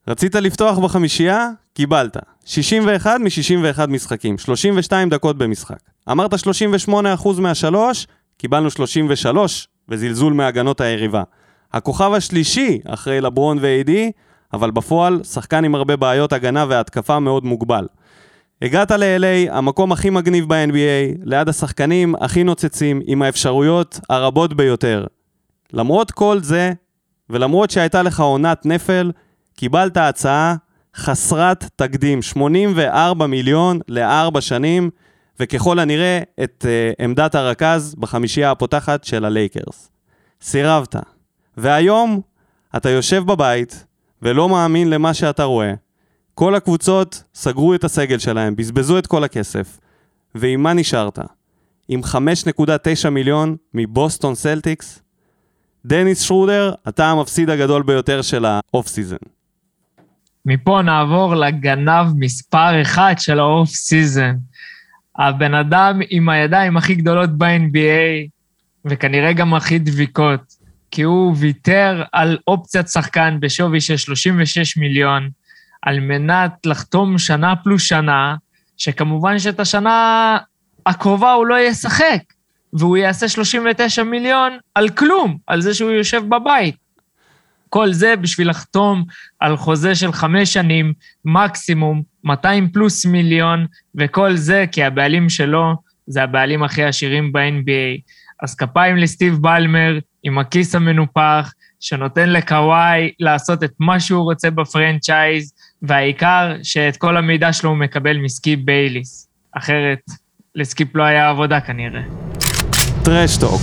רצית לפתוח בחמישייה? קיבלת. 61 מ-61 משחקים, 32 דקות במשחק. אמרת 38% מהשלוש, קיבלנו 33 וזלזול מהגנות היריבה. הכוכב השלישי אחרי לברון ו-AD, אבל בפועל שחקן עם הרבה בעיות הגנה והתקפה מאוד מוגבל. הגעת ל-LA, המקום הכי מגניב ב-NBA, ליד השחקנים הכי נוצצים, עם האפשרויות הרבות ביותר. למרות כל זה, ולמרות שהייתה לך עונת נפל, קיבלת הצעה חסרת תקדים, 84 מיליון ל4 שנים, וככל הנראה את עמדת הרכז בחמישייה הפותחת של הלייקרס. סירבת. והיום אתה יושב בבית ולא מאמין למה שאתה רואה. כל הקבוצות סגרו את הסגל שלהם, בזבזו את כל הכסף. ועם מה נשארת? עם 5.9 מיליון מבוסטון סלטיקס? דניס שרודר, אתה המפסיד הגדול ביותר של האוף סיזן. מפה נעבור לגנב מספר 1 של האוף סיזן. הבן אדם עם הידיים הכי גדולות ב-NBA, וכנראה גם הכי דביקות, כי הוא ויתר על אופציית שחקן בשווי של 36 מיליון, על מנת לחתום שנה פלוס שנה, שכמובן שאת השנה הקרובה הוא לא ישחק, והוא יעשה 39 מיליון על כלום, על זה שהוא יושב בבית. כל זה בשביל לחתום על חוזה של 5 שנים, מקסימום 200 פלוס מיליון, וכל זה כי הבעלים שלו זה הבעלים הכי עשירים ב-NBA. אז כפיים לסטיב בלמר עם הכיס המנופח, שנותן לקוואי לעשות את מה שהוא רוצה בפרנצ'ייז, והעיקר שאת כל המידע שלו הוא מקבל מסקיפ בייליס. אחרת לסקיפ לא היה עבודה כנראה. טרשטוק.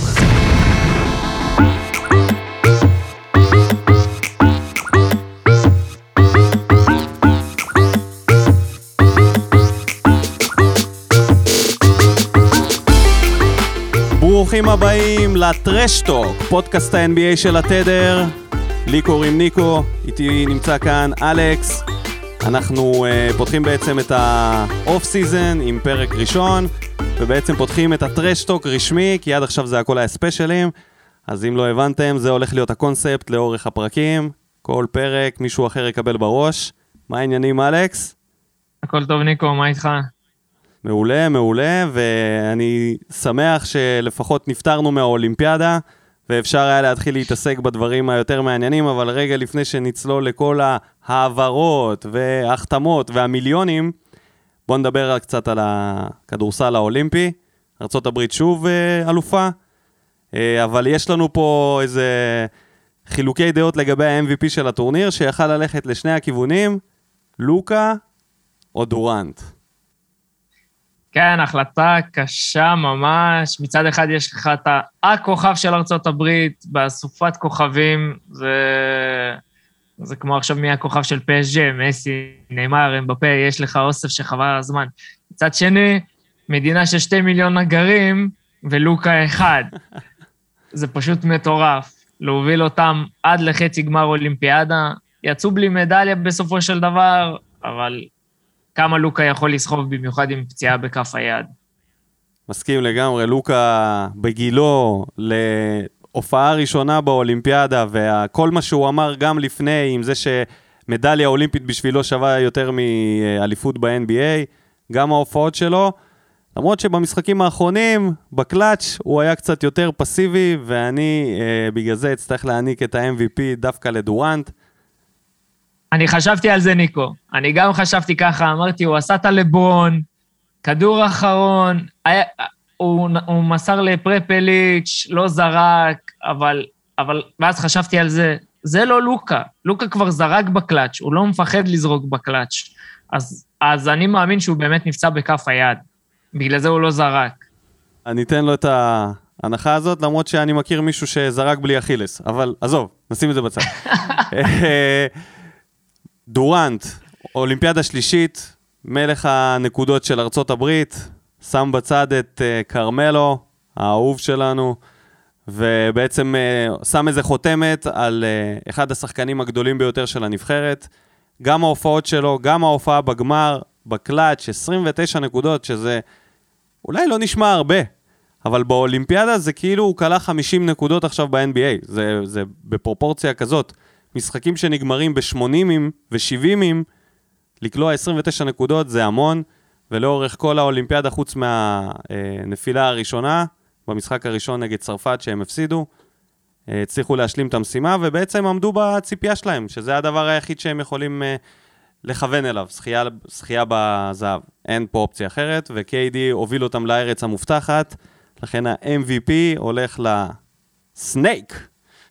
ברוכים הבאים לטרשטוק, פודקאסט ה-NBA של התדר. לי קוראים ניקו, איתי נמצא כאן אלכס. אנחנו פותחים בעצם את האוף סיזן עם פרק ראשון, ובעצם פותחים את הטרשטוק רשמי, כי עד עכשיו זה הכל היה ספיישלים. אז אם לא הבנתם, זה הולך להיות הקונספט לאורך הפרקים. כל פרק מישהו אחר יקבל בראש. מה העניינים, אלכס? הכל טוב ניקו, מה איתך? מעולה, מעולה, ואני שמח שלפחות נפטרנו מהאולימפיאדה, ואפשר היה להתחיל להתעסק בדברים היותר מעניינים, אבל רגע לפני שנצלול לכל העברות וההחתמות והמיליונים, בואו נדבר קצת על הכדורסל האולימפי. ארצות הברית שוב אלופה, אבל יש לנו פה איזה חילוקי דעות לגבי ה-MVP של הטורניר, שיכל ללכת לשני הכיוונים, לוקה או דורנט. כן, החלטה קשה ממש. מצד אחד יש לך את הכוכב של ארצות הברית, בסופת כוכבים, זה כמו עכשיו מי הכוכב של PSG, מסי, ניימר, אמבפה, יש לך אוסף שחבל הזמן. מצד שני, מדינה של 2 מיליון נגרים, ולוקה אחד. זה פשוט מטורף. להוביל אותם עד לחצי גמר אולימפיאדה, יצאו בלי מדליה בסופו של דבר, אבל כמה לוקה יכול לסחוב במיוחד עם פציעה בכף היד. מסכים לגמרי, לוקה בגילו להופעה ראשונה באולימפיאדה, וכל מה שהוא אמר גם לפני, עם זה שמדליה אולימפית בשבילו שווה יותר מאליפות ב-NBA, גם ההופעות שלו, למרות שבמשחקים האחרונים, בקלאץ' הוא היה קצת יותר פסיבי, ואני בגלל זה אצטרך להעניק את ה-MVP דווקא לדורנט. אני חשבתי על זה, ניקו. אני גם חשבתי ככה, אמרתי, הוא עשה את הלברון, כדור אחרון, הוא מסר לפרפליץ', לא זרק, אבל ואז חשבתי על זה, זה לא לוקה. לוקה כבר זרק בקלאץ', הוא לא מפחד לזרוק בקלאץ'. אז אני מאמין שהוא באמת נפצע בכף היד. בגלל זה הוא לא זרק. אני אתן לו את ההנחה הזאת, למרות שאני מכיר מישהו שזרק בלי אכילס, אבל עזוב, נשים את זה בצד. דורנט, אולימפיאדה שלישית, מלך הנקודות של ארצות הברית, שם בצד את קרמלו, האהוב שלנו, ובעצם שם איזה חותמת על אחד השחקנים הגדולים ביותר של הנבחרת. גם ההופעות שלו, גם ההופעה בגמר, בקלאץ' 29 נקודות, שזה אולי לא נשמע הרבה, אבל באולימפיאדה זה כאילו הוא קלה 50 נקודות עכשיו ב-NBA, זה בפרופורציה כזאת. משחקים שנגמרים ב-80 ו-70, לקלוע 29 נקודות זה המון, ולאורך כל האולימפיאדה, חוץ מהנפילה הראשונה, במשחק הראשון נגד צרפת שהם הפסידו, הצליחו להשלים את המשימה, ובעצם עמדו בציפייה שלהם, שזה הדבר היחיד שהם יכולים לכוון אליו, שחייה בזהב. אין פה אופציה אחרת, ו-KD הוביל אותם לארץ המובטחת, לכן ה-MVP הולך לסנייק.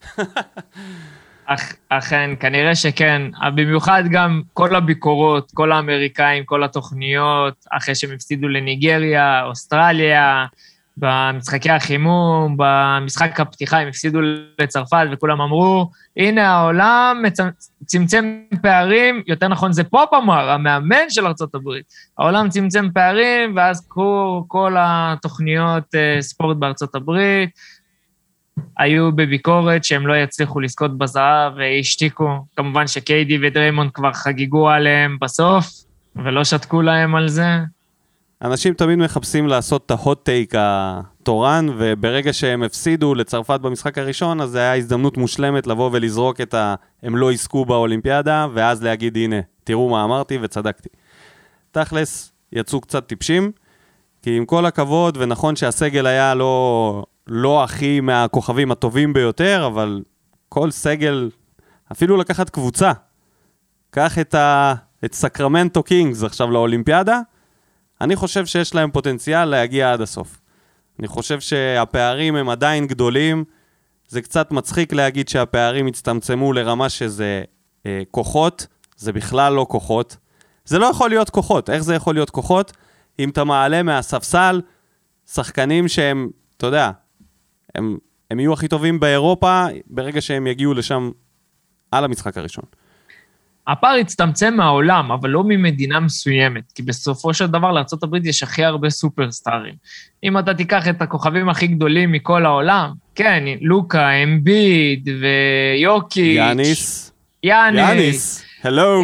אכן, כנראה שכן. במיוחד גם כל הביקורות, כל האמריקאים, כל התוכניות, אחרי שהם הפסידו לניגריה, אוסטרליה, במשחקי החימום, במשחק הפתיחה הם הפסידו לצרפת, וכולם אמרו, הנה העולם צמצם פערים, יותר נכון זה פופ אמר, המאמן של ארצות הברית. העולם צמצם פערים, ואז כל התוכניות ספורט בארצות הברית, היו בביקורת שהם לא יצליחו לזכות בזהב והשתיקו. כמובן שקיידי ודריימונד כבר חגיגו עליהם בסוף, ולא שתקו להם על זה. אנשים תמיד מחפשים לעשות את ההוט טייק התורן, וברגע שהם הפסידו לצרפת במשחק הראשון, אז זה היה הזדמנות מושלמת לבוא ולזרוק הם לא עסקו באולימפיאדה, ואז להגיד, הנה, תראו מה אמרתי וצדקתי. תכלס, יצאו קצת טיפשים, כי עם כל הכבוד, ונכון שהסגל היה לא הכי מהכוכבים הטובים ביותר, אבל כל סגל, אפילו לקחת קבוצה, קח את סקרמנטו קינגס עכשיו לאולימפיאדה, אני חושב שיש להם פוטנציאל להגיע עד הסוף. אני חושב שהפערים הם עדיין גדולים, זה קצת מצחיק להגיד שהפערים הצטמצמו לרמה שזה כוחות, זה בכלל לא כוחות. זה לא יכול להיות כוחות, איך זה יכול להיות כוחות? אם אתה מעלה מהספסל, שחקנים שהם, אתה יודע, הם יהיו הכי טובים באירופה, ברגע שהם יגיעו לשם על המשחק הראשון. הפער הצטמצם מהעולם, אבל לא ממדינה מסוימת, כי בסופו של דבר לארצות הברית יש הכי הרבה סופרסטארים. אם אתה תיקח את הכוכבים הכי גדולים מכל העולם, כן, לוקה, אמביד ויוקיץ'. יאניס. הלו.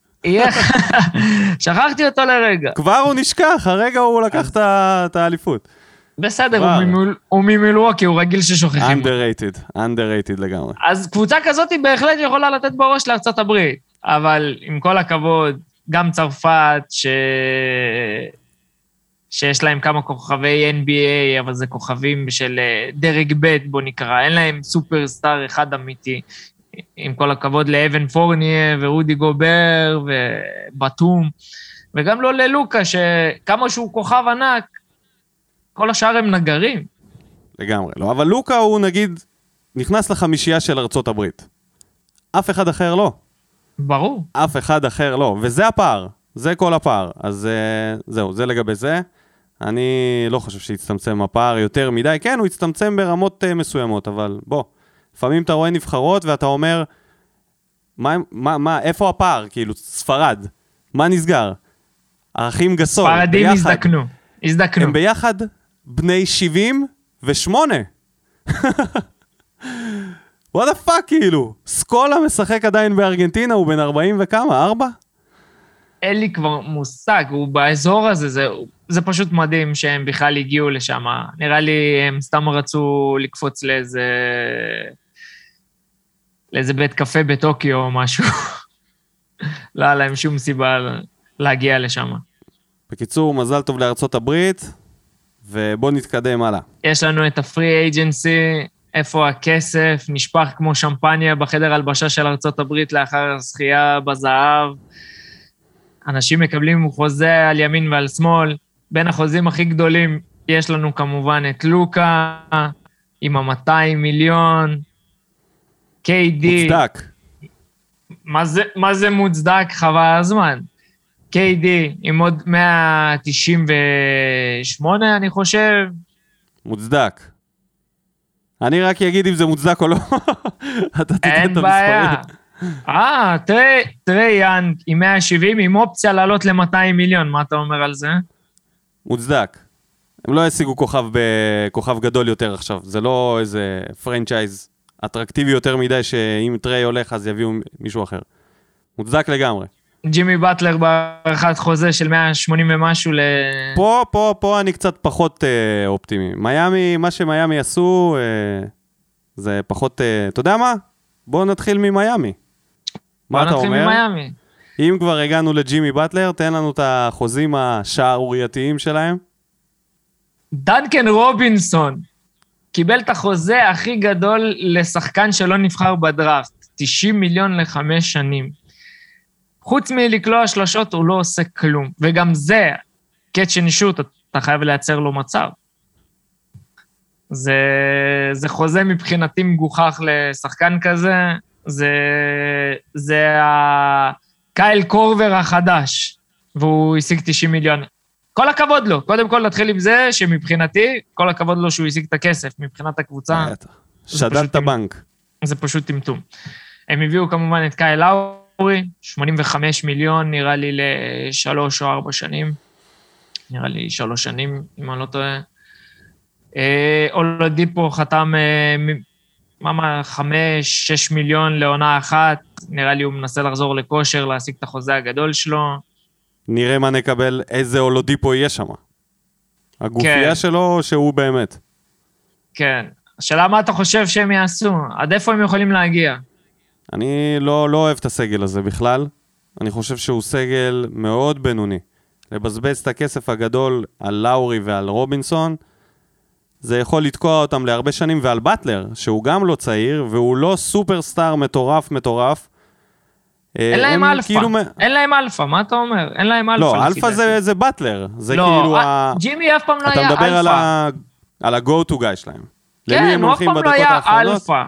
שכחתי אותו לרגע. כבר הוא נשכח, הרגע הוא לקח את האליפות. בסדר, הוא ממילווקי, הוא רגיל ששוכחים. underrated לגמרי. אז קבוצה כזאת היא בהחלט יכולה לתת בראש לארצות הברית, אבל עם כל הכבוד, גם צרפת, שיש להם כמה כוכבי NBA, אבל זה כוכבים של דרג ב' בוא נקרא, אין להם סופרסטאר אחד אמיתי, עם כל הכבוד לאבן פורניה ורודי גובר ובטום, וגם לא ללוקה, שכמה שהוא כוכב ענק, כל השאר הם נגרים. לגמרי, לא. אבל לוקה הוא נגיד, נכנס לחמישייה של ארצות הברית. אף אחד אחר לא. ברור. אף אחד אחר לא. וזה הפער. זה כל הפער. אז זהו, זה לגבי זה. אני לא חושב שהצטמצם הפער יותר מדי. כן, הוא הצטמצם ברמות מסוימות, אבל בוא. לפעמים אתה רואה נבחרות ואתה אומר, איפה הפער? כאילו, ספרד. מה נסגר? ערכים גסול. ספרדים הזדקנו. הם ביחד בני 78. what the fuck כאילו? סקולה משחק עדיין בארגנטינה, הוא בן 40 וכמה? 4? אין לי כבר מושג, הוא באזור הזה, זה פשוט מדהים שהם בכלל הגיעו לשם. נראה לי הם סתם רצו לקפוץ לאיזה בית קפה בטוקיו או משהו. לא היה להם שום סיבה להגיע לשם. בקיצור, מזל טוב לארצות הברית, ובוא נתקדם הלאה. יש לנו את הפרי אייג'נסי, איפה הכסף נשפך כמו שמפניה בחדר הלבשה של ארצות הברית לאחר הזכייה בזהב. אנשים מקבלים חוזה על ימין ועל שמאל. בין החוזים הכי גדולים יש לנו כמובן את לוקה, עם ה-200 מיליון, KD. מוצדק. מה זה מוצדק? חבל הזמן. KD עם עוד 198, אני חושב. מוצדק. אני רק אגיד אם זה מוצדק או לא. אתה תתן את המספרים. טרי יאנג עם 170, עם אופציה לעלות ל-200 מיליון, מה אתה אומר על זה? מוצדק. הם לא השיגו כוכב גדול יותר עכשיו. זה לא איזה פרנצ'ייז אטרקטיבי יותר מדי, שאם טרי הולך אז יביאו מישהו אחר. מוצדק לגמרי. ג'ימי באטלר בערכת חוזה של 180 ומשהו פה אני קצת פחות אופטימי. מיאמי, מה שמיימי עשו, זה פחות, אתה יודע מה? בואו נתחיל ממיאמי. מה אתה נתחיל אומר? ממיימי. אם כבר הגענו לג'ימי באטלר, תן לנו את החוזים השערורייתיים שלהם. דנקן רובינסון קיבל את החוזה הכי גדול לשחקן שלא נבחר בדראפט, 90 מיליון ל5 שנים. חוץ מלקלוע שלשות, הוא לא עושה כלום. וגם זה, catch and shoot, אתה חייב לייצר לו מצב. זה חוזה מבחינתי מגוחך לשחקן כזה, זה קייל קורבר החדש, והוא השיג 90 מיליון. כל הכבוד לו. קודם כל נתחיל עם זה שמבחינתי, כל הכבוד לו שהוא השיג את הכסף, מבחינת הקבוצה. שדד את הבנק. זה פשוט טמטום. הם הביאו כמובן את קייל לאורי, 85 מיליון, נראה לי ל3 או 4 שנים. נראה לי 3 שנים, אם אני לא טועה. אולדיפו חתם 5-6 מיליון לעונה אחת, נראה לי הוא מנסה לחזור לכושר, להשיג את החוזה הגדול שלו. נראה מה נקבל, איזה אולדיפו יהיה שם. הגופייה שלו שהוא באמת. כן. השאלה מה אתה חושב שהם יעשו? עד איפה הם יכולים להגיע? אני לא אוהב את הסגל הזה בכלל. אני חושב שהוא סגל מאוד בינוני. לבזבז את הכסף הגדול על לאורי ועל רובינסון, זה יכול לתקוע אותם להרבה שנים, ועל באטלר, שהוא גם לא צעיר, והוא לא סופרסטאר מטורף. אין להם אלפא, אין להם אלפא, מה אתה אומר? אין להם אלפא. לא, אלפא זה באטלר, זה לא, כאילו ג'ימי אף פעם לא היה אלפא. אתה מדבר על ה-go-to guy שלהם. כן, הוא אף פעם לא היה אלפא.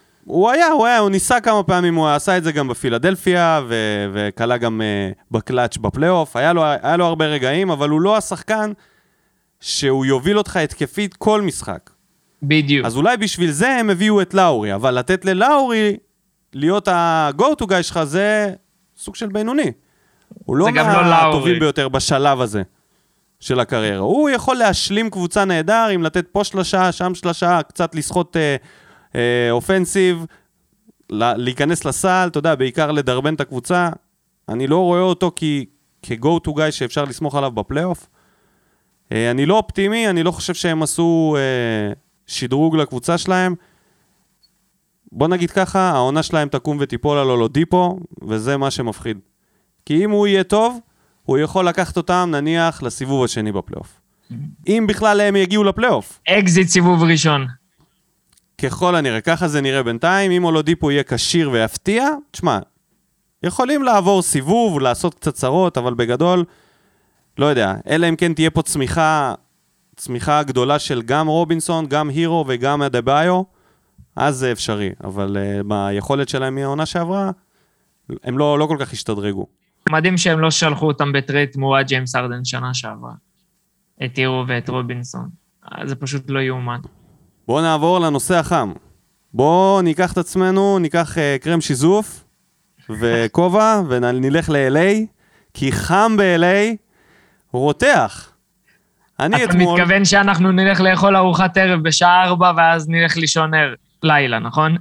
הוא ניסה כמה פעמים, הוא עשה את זה גם בפילדלפיה, וקלה גם בקלאץ' בפלייאוף, היה לו הרבה רגעים, אבל הוא לא השחקן שהוא יוביל אותך התקפית כל משחק. בדיוק. אז אולי בשביל זה הם הביאו את לאורי, אבל לתת ללאורי להיות ה-go-to guy שלך זה סוג של בינוני. הוא לא מהטובים ביותר בשלב הזה של הקריירה. הוא יכול להשלים קבוצה נהדר, אם לתת פה שלושה, שם שלושה, קצת לשחות אופנסיב, להיכנס לסל, אתה יודע, בעיקר לדרבן את הקבוצה. אני לא רואה אותו כ-go-to guy שאפשר לסמוך עליו בפלייאוף. אני לא אופטימי, אני לא חושב שהם עשו שדרוג לקבוצה שלהם. בוא נגיד ככה, העונה שלהם תקום וטיפול על אולדיפו, וזה מה שמפחיד. כי אם הוא יהיה טוב, הוא יכול לקחת אותם, נניח, לסיבוב השני בפלייאוף. אם בכלל הם יגיעו לפלייאוף. אקזיט סיבוב ראשון. ככל הנראה, ככה זה נראה בינתיים, אם אולדיפו יהיה קשיר ויפתיע, תשמע, יכולים לעבור סיבוב, לעשות קצת צרות, אבל בגדול, לא יודע, אלא אם כן תהיה פה צמיחה גדולה של גם רובינסון, גם הירו וגם אדבאיו, אז זה אפשרי, אבל ביכולת שלהם מהעונה שעברה, הם לא כל כך השתדרגו. מדהים שהם לא שלחו אותם בטרייד תמורת ג'יימס הרדן שנה שעברה. את הירו ואת רובינסון. זה פשוט לא יאומן. בואו נעבור לנושא החם. בואו ניקח את עצמנו, ניקח קרם שיזוף וכובע, ונלך ל-LA, כי חם ב-LA, רותח. אתה מתכוון שאנחנו נלך לאכול ארוחת ערב בשעה 4, ואז נלך לישון לילה, נכון?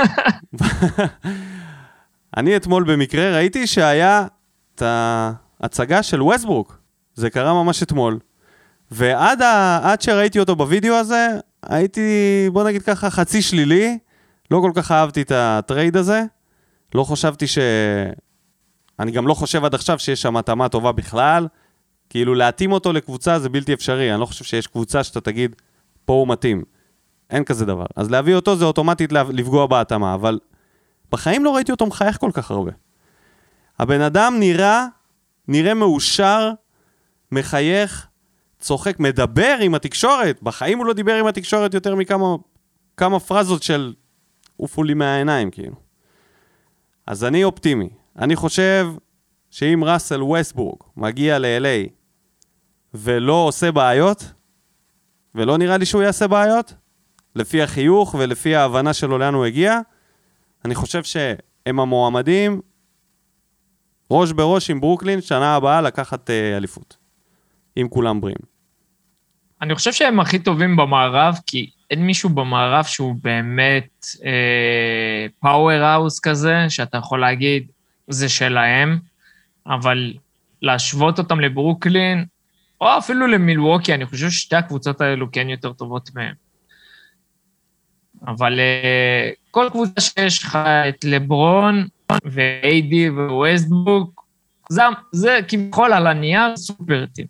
אני אתמול במקרה ראיתי שהיה את ההצגה של ווסטברוק. זה קרה ממש אתמול. ועד שראיתי אותו בווידאו הזה, הייתי, בוא נגיד ככה, חצי שלילי. לא כל כך אהבתי את הטרייד הזה. לא חשבתי אני גם לא חושב עד עכשיו שיש שם התאמה טובה בכלל. כאילו להתאים אותו לקבוצה זה בלתי אפשרי. אני לא חושב שיש קבוצה שאתה תגיד, פה הוא מתאים. אין כזה דבר. אז להביא אותו זה אוטומטית לפגוע בהתאמה, אבל בחיים לא ראיתי אותו מחייך כל כך הרבה. הבן אדם נראה מאושר, מחייך, צוחק, מדבר עם התקשורת. בחיים הוא לא דיבר עם התקשורת יותר מכמה פרזות של עופו לי מהעיניים, כאילו. אז אני אופטימי. אני חושב שאם ראסל ווסטברוק מגיע ל-LA ולא עושה בעיות, ולא נראה לי שהוא יעשה בעיות, לפי החיוך ולפי ההבנה שלו לאן הוא הגיע, אני חושב שהם המועמדים ראש בראש עם ברוקלין שנה הבאה לקחת אליפות. עם כולם בריאים. אני חושב שהם הכי טובים במערב, כי אין מישהו במערב שהוא באמת פאוור-האוס כזה, שאתה יכול להגיד, זה שלהם, אבל להשוות אותם לברוקלין, או אפילו למילווקי, אני חושב ששתי הקבוצות האלו כן יותר טובות מהם. אבל כל קבוצה שיש לך את לברון ו-AD וווסטברוק, זה כביכול על הנייר סופר טים.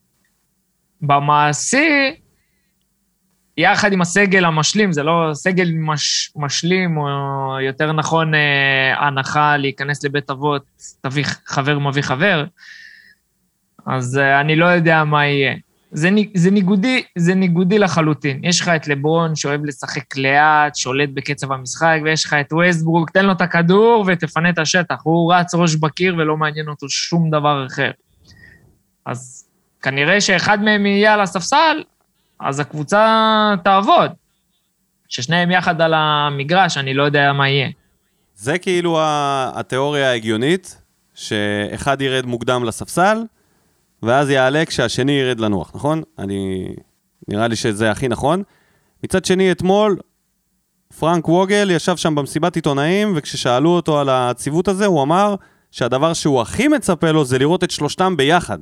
במעשי, יחד עם הסגל המשלים, זה לא סגל משלים, או יותר נכון הנחה להיכנס לבית אבות, תביא חבר מביא חבר, אז אני לא יודע מה יהיה. זה ניגודי לחלוטין. יש לך את לברון שאוהב לשחק לאט, שולט בקצב המשחק, ויש לך את ווסטברוק, תן לו את הכדור ותפנה את השטח. הוא רץ ראש בקיר ולא מעניין אותו שום דבר אחר. אז כנראה שאחד מהם יהיה על הספסל, אז הקבוצה תעבוד. ששניהם יחד על המגרש, אני לא יודע מה יהיה. זה כאילו התיאוריה ההגיונית, שאחד ירד מוקדם לספסל, ואז יעלה כשהשני ירד לנוח, נכון? נראה לי שזה הכי נכון. מצד שני, אתמול, פרנק ווגל ישב שם במסיבת עיתונאים, וכששאלו אותו על הציוות הזה, הוא אמר שהדבר שהוא הכי מצפה לו זה לראות את שלושתם ביחד.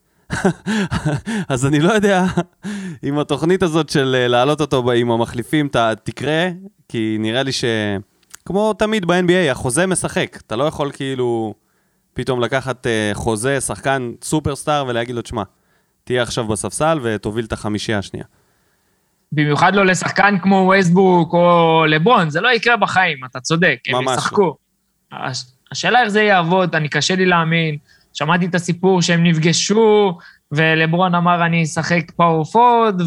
אז אני לא יודע אם התוכנית הזאת של להעלות אותו עם המחליפים תקרה, כי נראה לי שכמו תמיד ב-NBA, החוזה משחק. אתה לא יכול כאילו פתאום לקחת חוזה, שחקן סופרסטאר ולהגיד לו, תשמע, תהיה עכשיו בספסל ותוביל את החמישייה השנייה. במיוחד לא לשחקן כמו ווסטברוק או לברון, זה לא יקרה בחיים, אתה צודק, הם ישחקו. השאלה איך זה יעבוד, אני קשה לי להאמין, שמעתי את הסיפור שהם נפגשו, ולברון אמר אני אשחק פאור פורד,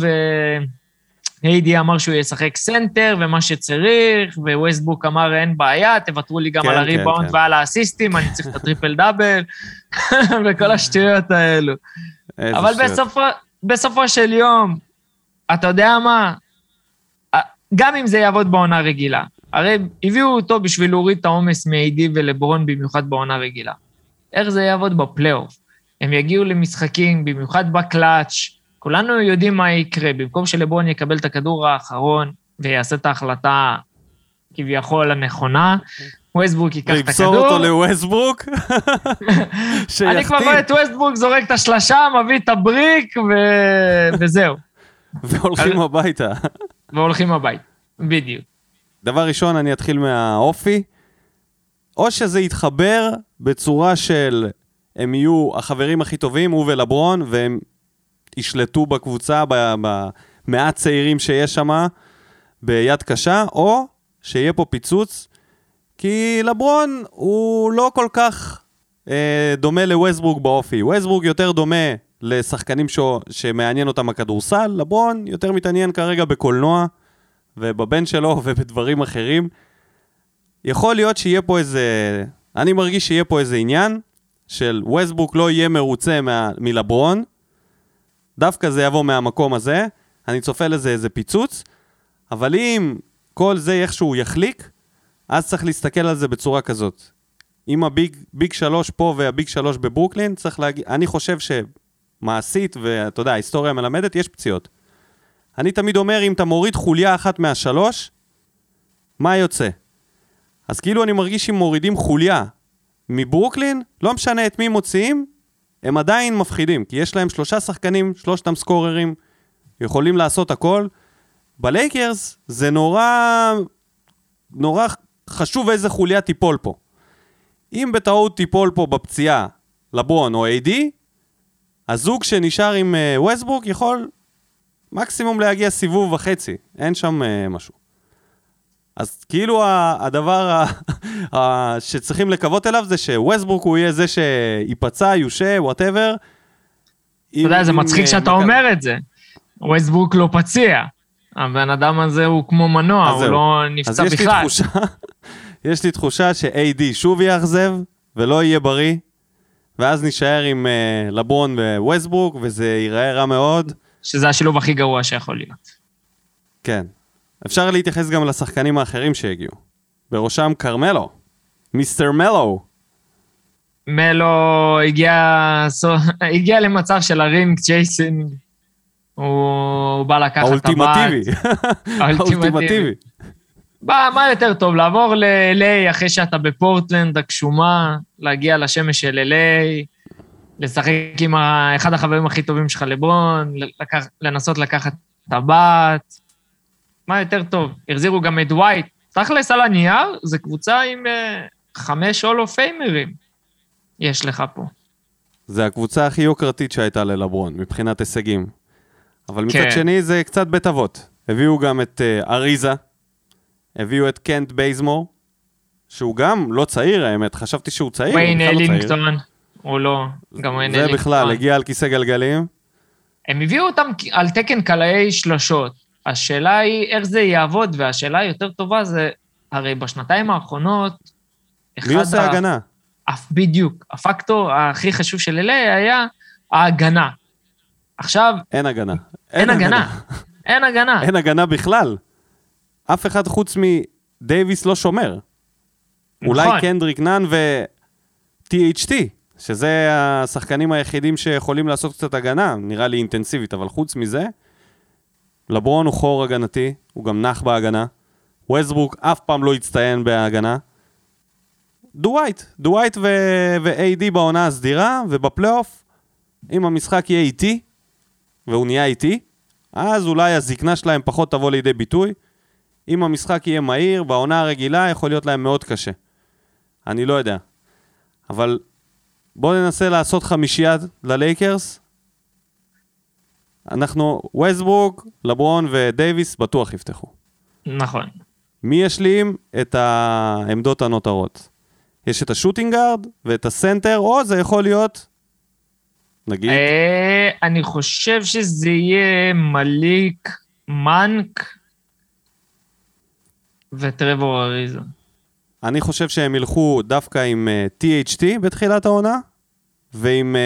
והיידי אמר שהוא ישחק סנטר, ומה שצריך, וווסטברוק אמר אין בעיה, תוותרו לי גם על הריבאונד ועל האסיסטים, אני צריך את הטריפל דאבל, וכל השטויות האלו. אבל בסופו של יום, אתה יודע מה, גם אם זה יעבוד בעונה רגילה, הרי הביאו אותו בשביל להוריד את העומס מ-AD ולברון במיוחד בעונה רגילה. איך זה יעבוד בפלייאוף? הם יגיעו למשחקים, במיוחד בקלאץ', כולנו יודעים מה יקרה, במקום שלברון יקבל את הכדור האחרון, ויעשה את ההחלטה כביכול הנכונה, ווסטברוק ייקח את הכדור. וימסור אותו לווסטברוק, אני כבר רואה את ווסטברוק, זורק את השלשה, מביא את הבריק, וזהו. והולכים הביתה. והולכים הביתה, בדיוק. דבר ראשון, אני אתחיל מהאופי, או שזה יתחבר בצורה של הם יהיו החברים הכי טובים, הוא ולברון, והם ישלטו בקבוצה, במעט צעירים שיש שם, ביד קשה, או שיהיה פה פיצוץ, כי לברון הוא לא כל כך דומה לווסטברוק באופי. ווסטברוק יותר דומה לשחקנים שמעניין אותם הכדורסל, לברון יותר מתעניין כרגע בקולנוע, ובבן שלו ובדברים אחרים. יכול להיות שיהיה פה איזה, אני מרגיש שיהיה פה איזה עניין, של ווסטברוק לא יהיה מרוצה מלברון, דווקא זה יבוא מהמקום הזה, אני צופה לזה איזה פיצוץ, אבל אם כל זה איכשהו יחליק, אז צריך להסתכל על זה בצורה כזאת. אם הביג 3 פה והביג 3 בברוקלין, צריך להגיד, אני חושב שמעשית, ואתה יודע, ההיסטוריה מלמדת, יש פציעות. אני תמיד אומר, אם אתה מוריד חוליה אחת מהשלוש, מה יוצא? אז כאילו אני מרגיש אם מורידים חוליה מברוקלין, לא משנה את מי מוציאים, הם עדיין מפחידים, כי יש להם 3 שחקנים, 3 סקוררים, יכולים לעשות הכל. בלייקרס זה נורא חשוב איזה חוליה טיפול פה. אם בטעות טיפול פה בפציעה לברון או AD, הזוג שנשאר עם ווסטברוק יכול מקסימום להגיע סיבוב וחצי, אין שם משהו. אז כאילו הדבר שצריכים לקוות אליו זה שווסטברוק הוא יהיה זה שיפצע, יושה, whatever. אתה יודע, זה מצחיק שאתה אומר את זה. ווסטברוק לא פציע. הבן אדם הזה הוא כמו מנוע, הוא לא נפצע בכלל. יש לי תחושה ש-AD שוב יאכזב ולא יהיה בריא, ואז נשאר עם לברון וווסטברוק, וזה ייראה רע מאוד. שזה השילוב הכי גרוע שיכול להיות. כן. אפשר להתייחס גם לשחקנים האחרים שהגיעו. בראשם קרמלו. מיסטר מלו. מלו הגיע למצב של הרינג צ'ייסינג. הוא בא לקחת את הבית. האולטימטיבי. מה יותר טוב? לעבור ל-LA אחרי שאתה בפורטלנד הקשומה, להגיע לשמש של LA, לשחק עם אחד החברים הכי טובים שלך לברון, לנסות לקחת את הבת. מה יותר טוב? החזירו גם את ווייט. תכלס על הנייר, זה קבוצה עם 5 הולו פיימרים יש לך פה. זה הקבוצה הכי יוקרתית שהייתה ללברון, מבחינת הישגים. אבל מצד שני זה קצת בית אבות. הביאו גם את אריזה, הביאו את קנט בייזמור, שהוא גם לא צעיר, האמת, חשבתי שהוא צעיר. ויין אלינגטון, הוא לא, גם ויין אלינגטון. זה בכלל, הגיע על כיסא גלגלים. הם הביאו אותם על תקן קלעי שלשות. השאלה היא איך זה יעבוד, והשאלה היותר טובה זה, הרי בשנתיים האחרונות, מי עושה הגנה? בדיוק, הפקטור הכי חשוב של LA היה ההגנה. עכשיו... אין הגנה. אין הגנה. אין הגנה. אין הגנה בכלל. אף אחד חוץ מדייביס לא שומר. אולי קנדריק נאן ו-THT, שזה השחקנים היחידים שיכולים לעשות קצת הגנה, נראה לי אינטנסיבית, אבל חוץ מזה, לברון הוא חור הגנתי, הוא גם נח בהגנה. ווסטברוק אף פעם לא הצטיין בהגנה. דווייט ו-AD בעונה הסדירה, ובפלייאוף, אם המשחק יהיה איטי, והוא נהיה איטי, אז אולי הזקנה שלהם פחות תבוא לידי ביטוי. אם המשחק יהיה מהיר, בעונה הרגילה יכול להיות להם מאוד קשה. אני לא יודע. אבל בואו ננסה לעשות חמישייה ללייקרס. אנחנו, ווסטברוק, לברון ודייביס בטוח יפתחו. נכון. מי ישלים את העמדות הנותרות? יש את השוטינגארד ואת הסנטר, או זה יכול להיות, נגיד? אני חושב שזה יהיה מליק, מנק וטרבור אריזה. אני חושב שהם ילכו דווקא עם THT בתחילת העונה, ועם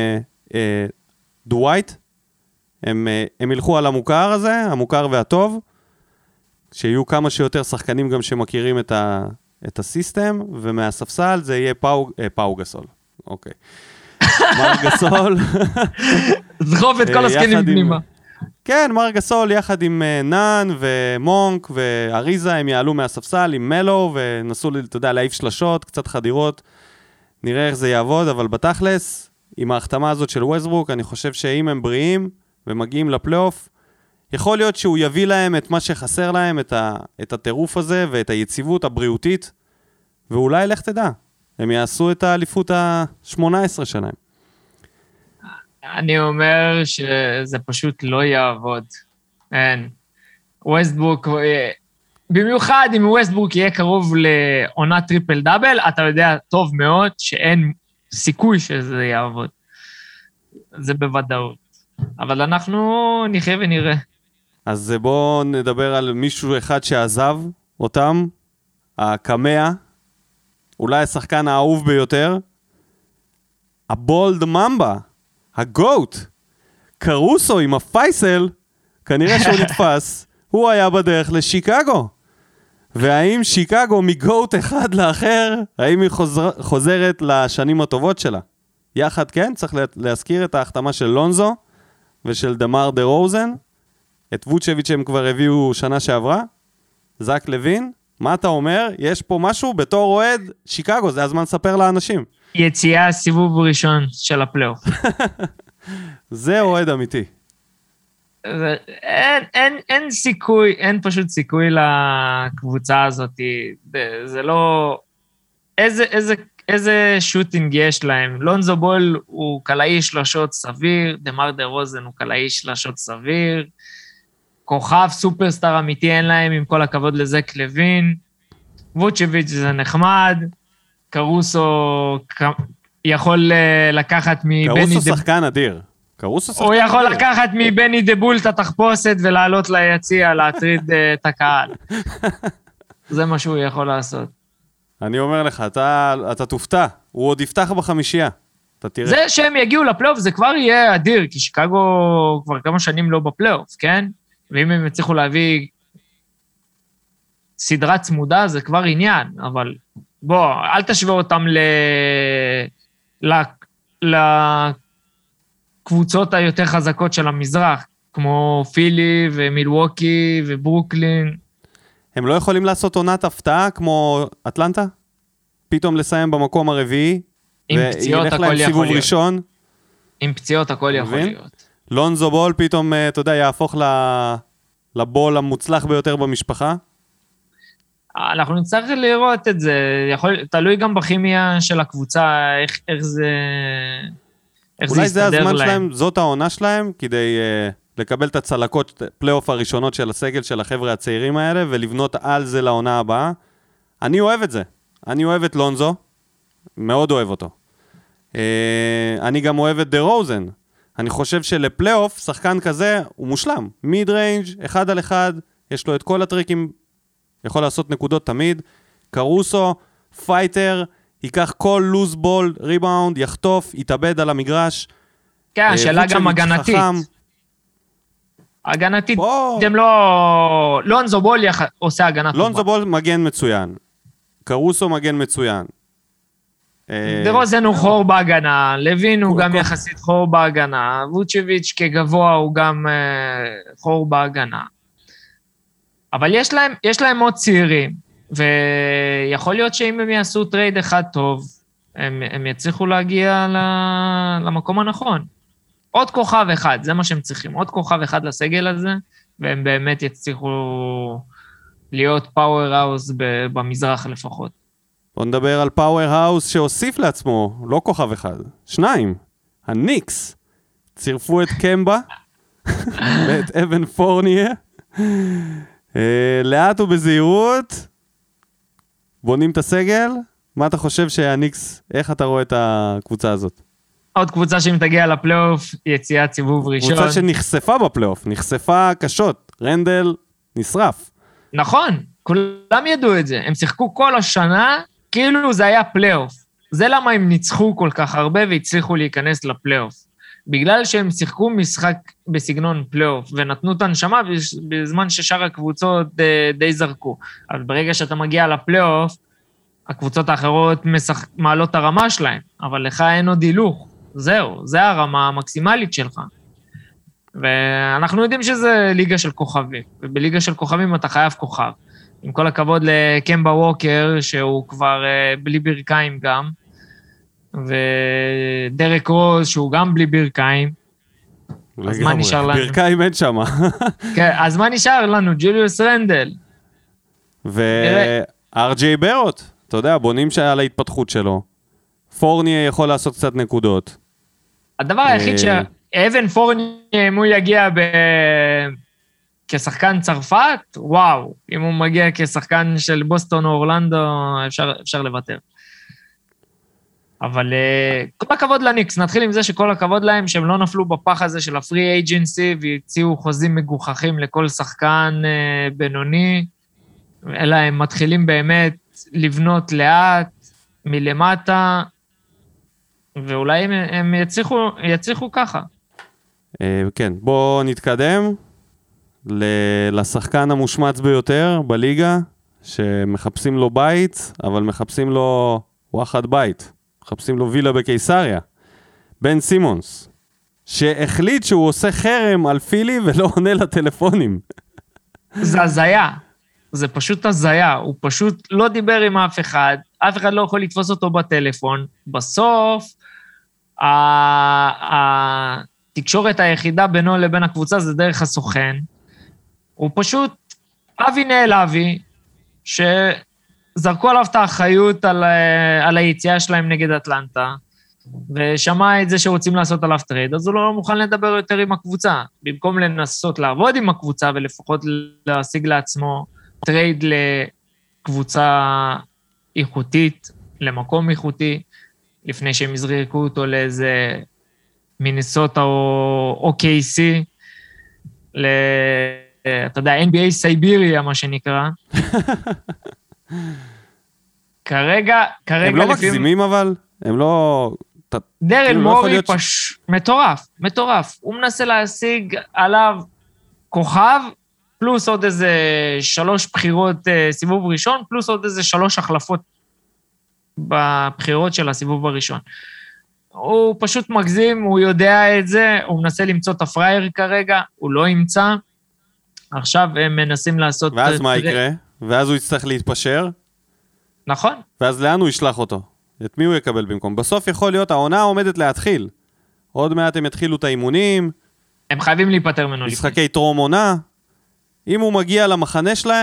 דווייט. הם ילכו על המוכר הזה, המוכר והטוב, שיהיו כמה שיותר שחקנים גם שמכירים את הסיסטם, ומהספסל זה יהיה פאו גסול. אוקיי. מר גסול. זכוף את כל הסקנים פנימה. כן, מר גסול יחד עם נאן ומונק ואריזה, הם יעלו מהספסל עם מלו, ונסו, אתה יודע, להעיף שלשות, קצת חדירות. נראה איך זה יעבוד, אבל בתכלס, עם ההחתמה הזאת של ווסטברוק, אני חושב שאם הם בריאים ומגיעים לפלייאוף, יכול להיות שהוא יביא להם את מה שחסר להם, את הטירוף הזה ואת היציבות הבריאותית, ואולי לך תדע, הם יעשו את האליפות ה-18 שלהם. אני אומר שזה פשוט לא יעבוד. אין. ווסטברוק, במיוחד אם ווסטברוק יהיה קרוב לעונה טריפל דאבל, אתה יודע טוב מאוד שאין סיכוי שזה יעבוד. זה בוודאות. אבל אנחנו נחיה ונראה. אז בואו נדבר על מישהו אחד שעזב אותם, הקמע, אולי השחקן האהוב ביותר, הבולד ממבה, הגוט, קרוסו עם הפייסל, כנראה שהוא נתפס, הוא היה בדרך לשיקגו. והאם שיקגו מגוט אחד לאחר, האם היא חוזרת לשנים הטובות שלה? יחד כן, צריך להזכיר את ההחתמה של לונזו ושל דמר דה רוזן, את ווצ'ביץ' שהם כבר הביאו שנה שעברה, זק לוין, מה אתה אומר? יש פה משהו בתור אוהד שיקגו, זה הזמן לספר לאנשים. יציאה סיבוב ראשון של הפלייאוף. זה אוהד אמיתי. אין סיכוי, אין פשוט סיכוי לקבוצה הזאת. זה לא... איזה שוטינג יש להם? לונזו בול הוא קלעי שלשות סביר, דמר דה רוזן הוא קלעי שלשות סביר, כוכב סופרסטאר אמיתי אין להם, עם כל הכבוד לזק לוין, ווצ'ביץ' זה נחמד, קרוסו יכול לקחת מבני... קרוסו שחקן אדיר. הוא יכול לקחת מבני דבול את התחפושת ולעלות ליציע, להטריד את הקהל. זה מה שהוא יכול לעשות. אני אומר לך, אתה תופתע, הוא עוד יפתח בחמישייה. אתה תראה. זה שהם יגיעו לפלייאוף זה כבר יהיה אדיר, כי שיקגו כבר כמה שנים לא בפלייאוף, כן? ואם הם יצליחו להביא סדרה צמודה, זה כבר עניין, אבל בוא, אל תשווה אותם לקבוצות היותר חזקות של המזרח, כמו פילי ומילווקי וברוקלין. הם לא יכולים לעשות עונת הפתעה כמו אטלנטה? פתאום לסיים במקום הרביעי, וילך להם סיבוב ראשון? עם פציעות הכל יכול להיות. לונזו בול פתאום, אתה יודע, יהפוך לבול המוצלח ביותר במשפחה? אנחנו נצטרך לראות את זה, תלוי גם בכימיה של הקבוצה, איך זה אולי זה יסתדר הזמן להם. שלהם, זאת העונה שלהם, כדי לקבל את הצלקות, פלייאוף הראשונות של הסגל של החבר'ה הצעירים האלה, ולבנות על זה לעונה הבאה. אני אוהב את זה. אני אוהב את לונזו, מאוד אוהב אותו. אני גם אוהב את דה רוזן. אני חושב שלפלייאוף, שחקן כזה הוא מושלם. מיד ריינג', 1 על 1, יש לו את כל הטריקים, יכול לעשות נקודות תמיד. קרוסו, פייטר, ייקח כל לוז בול, ריבאונד, יחטוף, יתאבד על המגרש. כן, השאלה גם הגנתית. הגנתית, הם לא... לונזו בול עושה הגנה טובה. לונזו בול מגן מצוין. קרוסו מגן מצוין. דה רוזן הוא חור בהגנה, לוין הוא גם יחסית חור בהגנה, ווצ'ביץ' כגבוה הוא גם חור בהגנה. אבל יש להם עוד צעירים, ויכול להיות שאם הם יעשו טרייד אחד טוב, הם יצליחו להגיע למקום הנכון. עוד כוכב אחד, זה מה שהם צריכים, עוד כוכב אחד לסגל הזה, והם באמת יצליחו להיות פאוור האוס במזרח לפחות. בוא נדבר על פאוור האוס שהוסיף לעצמו, לא כוכב אחד, 2, הניקס, צירפו את קמבה, ואת אבן פורניה, לאט ובזהירות, בונים את הסגל, מה אתה חושב שהניקס, איך אתה רואה את הקבוצה הזאת? עוד קבוצה שאם תגיע לפלייאוף, יציאת סיבוב ראשון. קבוצה שנחשפה בפלייאוף, נחשפה קשות, רנדל נשרף. נכון, כולם ידעו את זה, הם שיחקו כל השנה, כאילו זה היה פלייאוף. זה למה הם ניצחו כל כך הרבה והצליחו להיכנס לפלייאוף. בגלל שהם שיחקו משחק בסגנון פלייאוף, ונתנו את הנשמה בזמן ששאר הקבוצות די זרקו. אבל ברגע שאתה מגיע לפלייאוף, הקבוצות האחרות מעלות הרמה שלהם, אבל לך אין עוד הילוך. זהו, זה הרמה המקסימלית שלך. ואנחנו יודעים שזה ליגה של כוכבים, ובליגה של כוכבים אתה חייב כוכב. עם כל הכבוד לקמבה ווקר, שהוא כבר בלי ברכיים גם, ודרק רוז, שהוא גם בלי ברכיים. אז מה נשאר לנו? ברכיים אין שם. כן, אז מה נשאר לנו? ג'וליוס רנדל. וארג'יי ברוט, אתה יודע, בונים על ההתפתחות שלו. פורניה יכול לעשות קצת נקודות. הדבר היחיד שאבן פורניה, אם הוא יגיע כשחקן צרפת, וואו, אם הוא מגיע כשחקן של בוסטון או אורלנדו, אפשר לוותר. אבל כל הכבוד לניקס, נתחיל עם זה שכל הכבוד להם, שהם לא נפלו בפח הזה של הפרי אייג'נסי, והציעו חוזים מגוחכים לכל שחקן בינוני, אלא הם מתחילים באמת לבנות לאט, מלמטה, ואולי הם יצליחו ככה. כן, בואו נתקדם לשחקן המושמץ ביותר בליגה, שמחפשים לו בית, אבל מחפשים לו וואחד בית. מחפשים לו וילה בקיסריה. בן סימונס, שהחליט שהוא עושה חרם על פילי ולא עונה לטלפונים. זה הזיה. זה פשוט הזיה. הוא פשוט לא דיבר עם אף אחד לא יכול לתפוס אותו בטלפון. בסוף, התקשורת היחידה בינו לבין הקבוצה זה דרך הסוכן. הוא פשוט אבי נעלבי, שזרקו עליו את האחריות על היציאה שלהם נגד אטלנטה, ושמע את זה שרוצים לעשות עליו טרייד, אז הוא לא מוכן לדבר יותר עם הקבוצה. במקום לנסות לעבוד עם הקבוצה, ולפחות להשיג לעצמו טרייד לקבוצה איכותית, למקום איכותי, לפני שהם יזרקו אותו לאיזה מינסוטה או KC, אתה יודע, NBA סייביריה, מה שנקרא. כרגע... הם לא מגזימים אבל? הם לא... דרל מורי מטורף. הוא מנסה להשיג עליו כוכב, פלוס עוד איזה 3 בחירות סיבוב ראשון, פלוס עוד איזה 3 החלפות בבחירות של הסיבוב הראשון. הוא פשוט מגזים, הוא יודע את זה, הוא מנסה למצוא את הפרייר כרגע, הוא לא ימצא. עכשיו הם מנסים לעשות... ואז מה יקרה? ואז הוא יצטרך להתפשר? נכון. ואז לאן הוא ישלח אותו? את מי הוא יקבל במקום? בסוף יכול להיות, העונה עומדת להתחיל. עוד מעט הם יתחילו את האימונים. הם חייבים להיפטר ממנו. משחקי טרום עונה. אם הוא מגיע למחנה שלהם,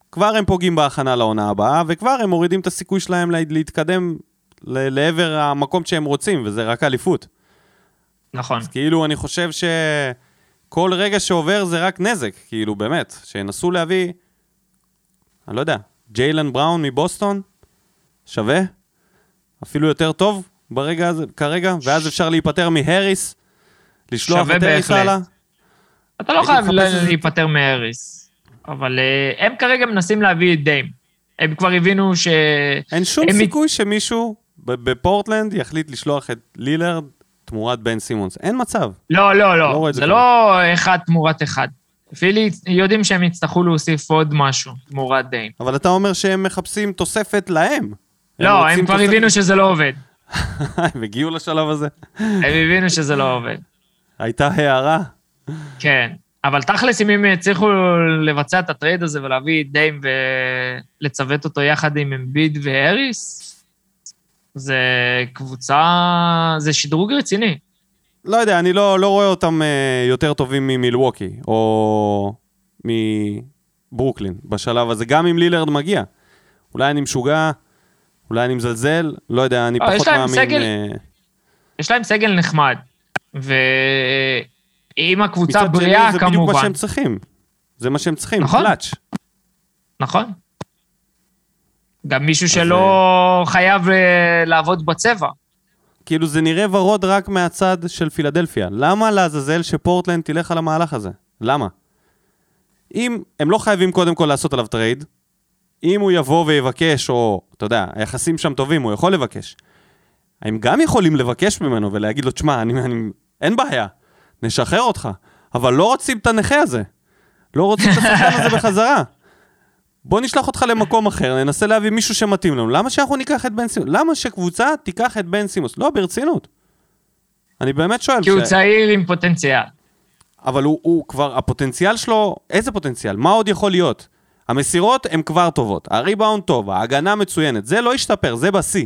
כבר הם פוגעים בהכנה לעונה הבאה, וכבר הם מורידים את הסיכוי שלהם להתקדם לעבר המקום שהם רוצים, וזה רק אליפות. נכון. אז כאילו אני חושב שכל רגע שעובר זה רק נזק, כאילו באמת, שינסו להביא, אני לא יודע, ג'יילן בראון מבוסטון, שווה, אפילו יותר טוב ברגע הזה, כרגע, ואז אפשר להיפטר מהריס, לשלוח את הריס הלאה. אתה לא חייב להיפטר מהריס, אבל הם כרגע מנסים להביא את דיים. הם כבר הבינו ש... אין שום סיכוי שמישהו בפורטלנד יחליט לשלוח את לילארד תמורת בן סימונס. אין מצב. לא. זה לא אחד תמורת אחד. אפילו יודעים שהם יצטרכו להוסיף עוד משהו תמורת דיים. אבל אתה אומר שהם מחפשים תוספת להם. לא, הם כבר הבינו שזה לא עובד. הם הגיעו לשלב הזה. הם הבינו שזה לא עובד. הייתה הערה. כן, אבל תכלס אם הם הצליחו לבצע את הטרייד הזה ולהביא דיים ולצוות אותו יחד עם אמביד והריס, זה קבוצה, זה שדרוג רציני. לא יודע, אני לא רואה אותם יותר טובים ממילווקי, או מברוקלין בשלב הזה, גם אם לילארד מגיע. אולי אני משוגע, אולי אני מזלזל, לא יודע, אני פחות מאמין. יש להם סגל נחמד, ואם הקבוצה בריאה כמובן. זה בדיוק מה שהם צריכים. זה מה שהם צריכים, קלאץ'. נכון. גם מישהו שלא חייב לעבוד בצבע. כאילו זה נראה ורוד רק מהצד של פילדלפיה. למה לעזאזל שפורטלנד תלך על המהלך הזה? למה? אם הם לא חייבים קודם כל לעשות עליו טרייד, אם הוא יבוא ויבקש, או אתה יודע, היחסים שם טובים, הוא יכול לבקש. הם גם יכולים לבקש ממנו ולהגיד לו, תשמע, אין בעיה, נשחרר אותך, אבל לא רוצים את הנכה הזה. לא רוצים את השחקן הזה בחזרה. בוא נשלח אותך למקום אחר, ננסה להביא מישהו שמתאים לנו. למה שאנחנו ניקח את בן סימוס? למה שקבוצה תיקח את בן סימוס? לא, ברצינות. אני באמת שואל. כי הוא צעיר עם פוטנציאל. אבל הוא כבר, הפוטנציאל שלו, איזה פוטנציאל? מה עוד יכול להיות? המסירות הן כבר טובות, הריבאונד טוב, ההגנה מצוינת, זה לא ישתפר, זה בסי.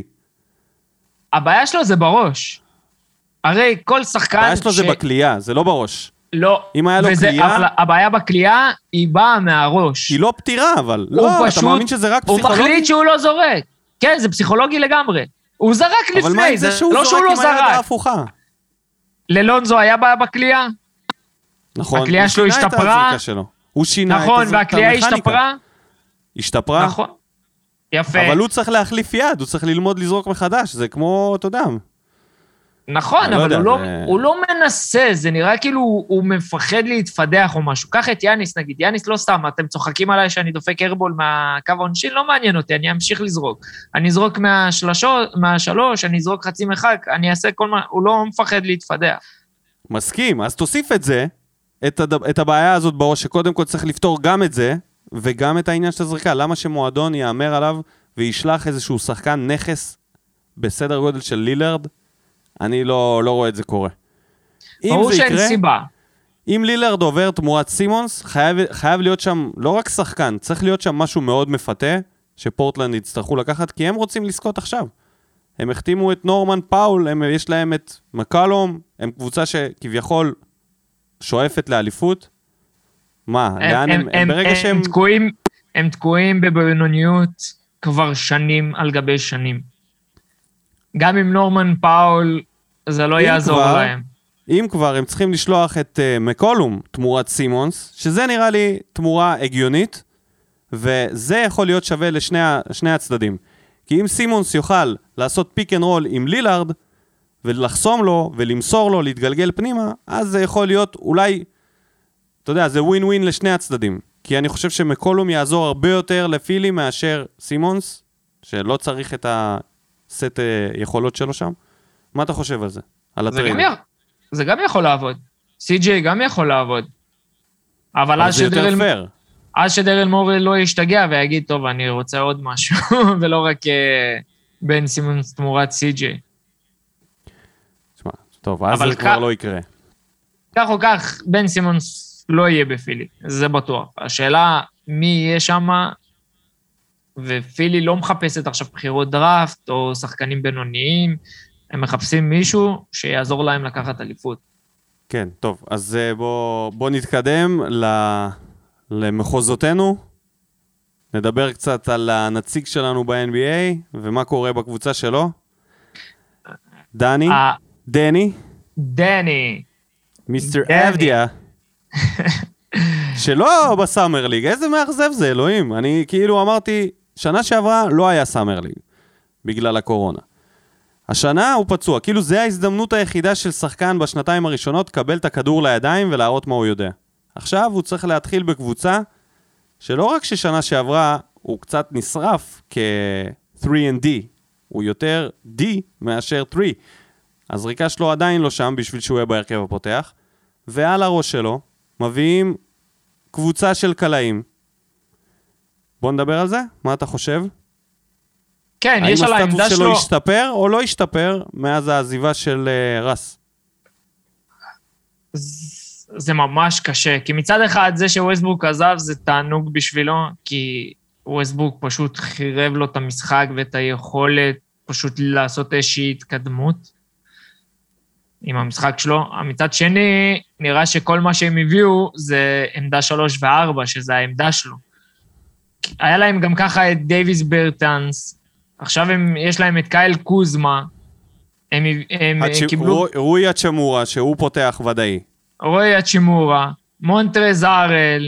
הבעיה שלו זה בראש. הרי כל שחקן... הבעיה שלו זה בקלייה, זה לא בראש. לא, אם היה לו קלייה... הבעיה בקלייה היא באה מהראש. היא לא פתירה, אבל לא, אתה מאמין שזה רק פסיכולוגי? הוא מחליט שהוא לא זורק. כן, זה פסיכולוגי לגמרי. הוא זרק לפני, אבל מה זה שהוא זורק עם היד ההפוכה? ללונזו היה בעיה בקלייה? נכון, הקלייה שלו השתפרה? הוא שינה נכון, והקלייה השתפרה? השתפרה? נכון. יפה. אבל הוא צריך להחליף יד, הוא צריך ללמוד לזרוק מחדש, זה כמו, אתה יודע. נכון, אבל הוא לא מנסה, זה נראה כאילו הוא מפחד להתפדח או משהו. קח את יאניס נגיד, יאניס לא סתם, אתם צוחקים עליי שאני דופק ארבול מהקו העונשין, לא מעניין אותי, אני אמשיך לזרוק. אני אזרוק מהשלוש, אני אזרוק חצי מרחק, אני אעשה כל מה, הוא לא מפחד להתפדח. מסכים, אז תוסיף את זה, את הבעיה הזאת בראש, שקודם כל צריך לפתור גם את זה, וגם את העניין של הזריקה. למה שמועדון יאמר עליו וישלח איזשהו שחקן נכס בסדר גודל של לילארד? אני לא רואה את זה קורה. ברור שאין סיבה. אם לילארד עובר תמורת סימונס, חייב להיות שם לא רק שחקן, צריך להיות שם משהו מאוד מפתה, שפורטלנד יצטרכו לקחת, כי הם רוצים לזכות עכשיו. הם החתימו את נורמן פאול, יש להם את מקלום, הם קבוצה שכביכול שואפת לאליפות. מה? הם ברגע שהם... הם תקועים בבינוניות כבר שנים על גבי שנים. גם עם נורמן פאול, זה לא יעזור להם. אם כבר, הם צריכים לשלוח את מקולום תמורת סימונס, שזה נראה לי תמורה הגיונית, וזה יכול להיות שווה לשני הצדדים. כי אם סימונס יוכל לעשות פיק אנד רול עם לילארד, ולחסום לו ולמסור לו, להתגלגל פנימה, אז זה יכול להיות אולי, אתה יודע, זה ווין ווין לשני הצדדים. כי אני חושב שמקולום יעזור הרבה יותר לפילי מאשר סימונס, שלא צריך את הסט יכולות שלו שם. מה אתה חושב על זה? על הטרייד? זה גם יכול לעבוד. סי.ג'יי גם יכול לעבוד. אבל אז שדרל מורי לא ישתגע ויגיד, טוב, אני רוצה עוד משהו, ולא רק בן סימונס תמורת סי.ג'יי. תשמע, טוב, אז זה כבר לא יקרה. כך או כך, בן סימונס לא יהיה בפילי, זה בטוח. השאלה מי יהיה שם, ופילי לא מחפשת עכשיו בחירות דראפט, או שחקנים בינוניים, הם מחפשים מישהו שיעזור להם לקחת אליפות. כן, טוב, אז בוא נתקדם למחוזותינו. נדבר קצת על הנציג שלנו ב-NBA, ומה קורה בקבוצה שלו. דני. מיסטר אבדיה. שלא בסאמר ליג, איזה מאכזב זה, אלוהים. אני כאילו אמרתי, שנה שעברה לא היה סאמר ליג, בגלל הקורונה. השנה הוא פצוע, כאילו זה ההזדמנות היחידה של שחקן בשנתיים הראשונות, קבל את הכדור לידיים ולהראות מה הוא יודע. עכשיו הוא צריך להתחיל בקבוצה, שלא רק ששנה שעברה הוא קצת נשרף כ-3&D, הוא יותר D מאשר 3. הזריקה שלו עדיין לא שם בשביל שהוא יהיה בהרכב הפותח, ועל הראש שלו מביאים קבוצה של קלעים. בוא נדבר על זה, מה אתה חושב? כן, יש על העמדה שלו... האם הסטטוס שלו השתפר או לא השתפר מאז העזיבה של רס? זה ממש קשה, כי מצד אחד זה שווסטברוק עזב זה תענוג בשבילו, כי ווסטברוק פשוט חירב לו את המשחק ואת היכולת פשוט לעשות איזושהי התקדמות עם המשחק שלו. מצד שני, נראה שכל מה שהם הביאו זה עמדה 3 ו-4, שזה העמדה שלו. היה להם גם ככה את דייביס ברטנס, עכשיו יש להם את קייל קוזמה, הם קיבלו... רוי הצ'מורה, שהוא פותח ודאי. רוי הצ'מורה, מונטרז ארל,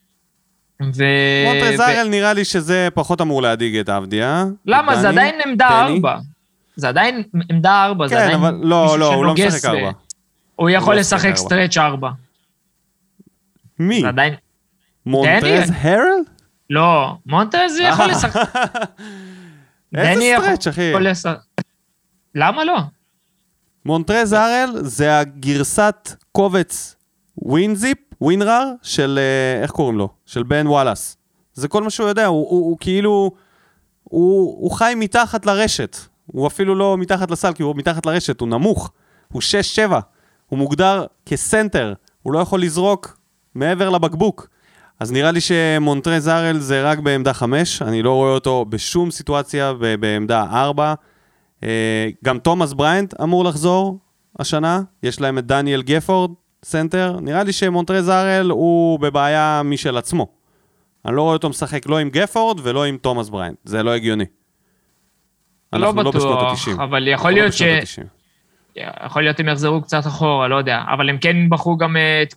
מונטרז ארל נראה לי שזה פחות אמור להדיג את אבדיה. למה? זה עדיין עמדה 4. זה עדיין עמדה 4, זה עדיין... כן, אבל לא, הוא לא משחק 4. הוא יכול לשחק סטרץ' 4. מי? זה עדיין... מונטרז הרל? לא, מונטרז יכול לשחק... איזה סטרץ', אחי? למה לא? מונטרז ארל זה הגרסת קובץ ווינרר של, איך קוראים לו? של בן וואלאס. זה כל מה שהוא יודע, הוא כאילו, הוא חי מתחת לרשת. הוא אפילו לא מתחת לסל, כי הוא מתחת לרשת, הוא נמוך. הוא 6-7. הוא מוגדר כסנטר. הוא לא יכול לזרוק מעבר לבקבוק. אז נראה לי שמונטרז ארל זה רק בעמדה 5. אני לא רואה אותו בשום סיטואציה בעמדה 4. גם תומאס בריינט אמור לחזור השנה. יש להם את דניאל גפורד, סנטר. נראה לי שמונטרז ארל הוא בבעיה משל עצמו. אני לא רואה אותו משחק לא עם גפורד ולא עם תומאס בריינט. זה לא הגיוני. לא בטוח, אבל יכול להיות יכול להיות הם יחזרו קצת אחורה, לא יודע. אבל הם כן בחרו גם את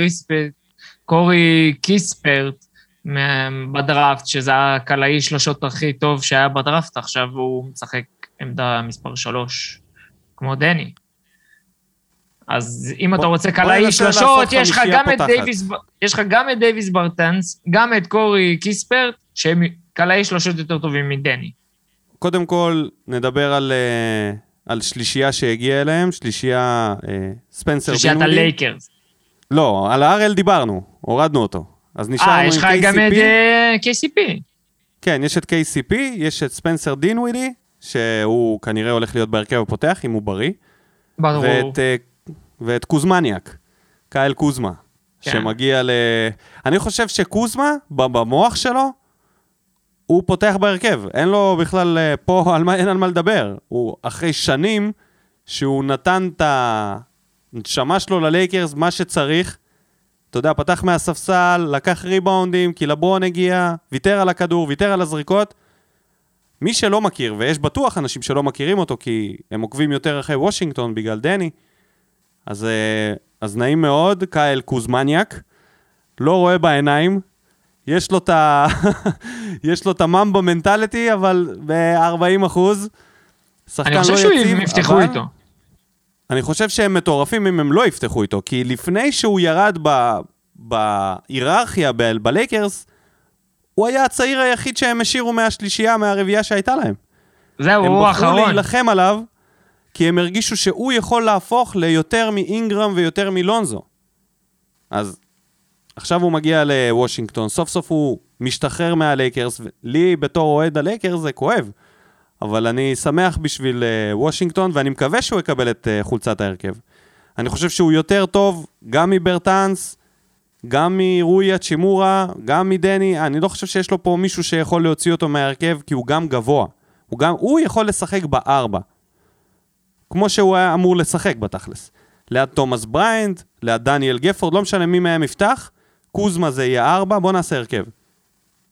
קורי קיספרט בדראפט, שזה הקלעי שלושות הכי טוב שהיה בדראפט, עכשיו הוא משחק עמדה מספר 3, כמו דני. אז אם אתה רוצה קלעי שלושות, יש לך גם את דייביס ברטנס, גם את קורי קיספרט, שהם קלעי שלושות יותר טובים מדני. קודם כל נדבר על שלישייה שהגיעה אליהם, שלישייה ספנסר דינווידי. שלישיית הלייקרס. לא, על הארל דיברנו, הורדנו אותו. אז נשארנו עם KCP. יש לך גם את KCP. כן, יש את KCP, יש את ספנסר דינווידי, שהוא כנראה הולך להיות בהרכב הפותח, אם הוא בריא. ברור. ואת קוזמניאק, קייל קוזמה, שמגיע אני חושב שקוזמה, במוח שלו, הוא פותח בהרכב. אין לו בכלל פה, אין על מה לדבר. הוא אחרי שנים שהוא נתן את הנשמה שלו ללייקרס, מה שצריך. אתה יודע, פתח מהספסל, לקח ריבאונדים, כי לברון הגיע, ויתר על הכדור, ויתר על הזריקות. מי שלא מכיר, ויש בטוח אנשים שלא מכירים אותו, כי הם עוקבים יותר אחרי וושינגטון בגלל דני, אז נעים מאוד, קייל קוזמניאק, לא רואה בעיניים, יש לו את הממבו מנטליטי, אבל ב-40%. אני חושב שהם יפתחו איתו. אני חושב שהם מטורפים אם הם לא יפתחו איתו, כי לפני שהוא ירד בהיררכיה בלייקרס, הוא היה הצעיר היחיד שהם השאירו מהשלישייה, מהרביעייה שהייתה להם. זהו, הוא האחרון. הם בחרו להילחם עליו, כי הם הרגישו שהוא יכול להפוך ליותר מאינגרם ויותר מלונזו. אז עכשיו הוא מגיע לוושינגטון, סוף סוף הוא משתחרר מהלייקרס, לי בתור אוהד הלייקרס זה כואב, אבל אני שמח בשביל וושינגטון, ואני מקווה שהוא יקבל את חולצת ההרכב. אני חושב שהוא יותר טוב, גם מברטנס, גם מרוי הצ'ימורה, גם מדני, אני לא חושב שיש לו פה מישהו שיכול להוציא אותו מההרכב, כי הוא גם גבוה. הוא יכול לשחק ב4, כמו שהוא היה אמור לשחק בתכלס. ליד תומאס בריינט, ליד דניאל גפורד, לא משנה מי מהם יפתח, קוזמה זה יהיה 4, בוא נעשה הרכב.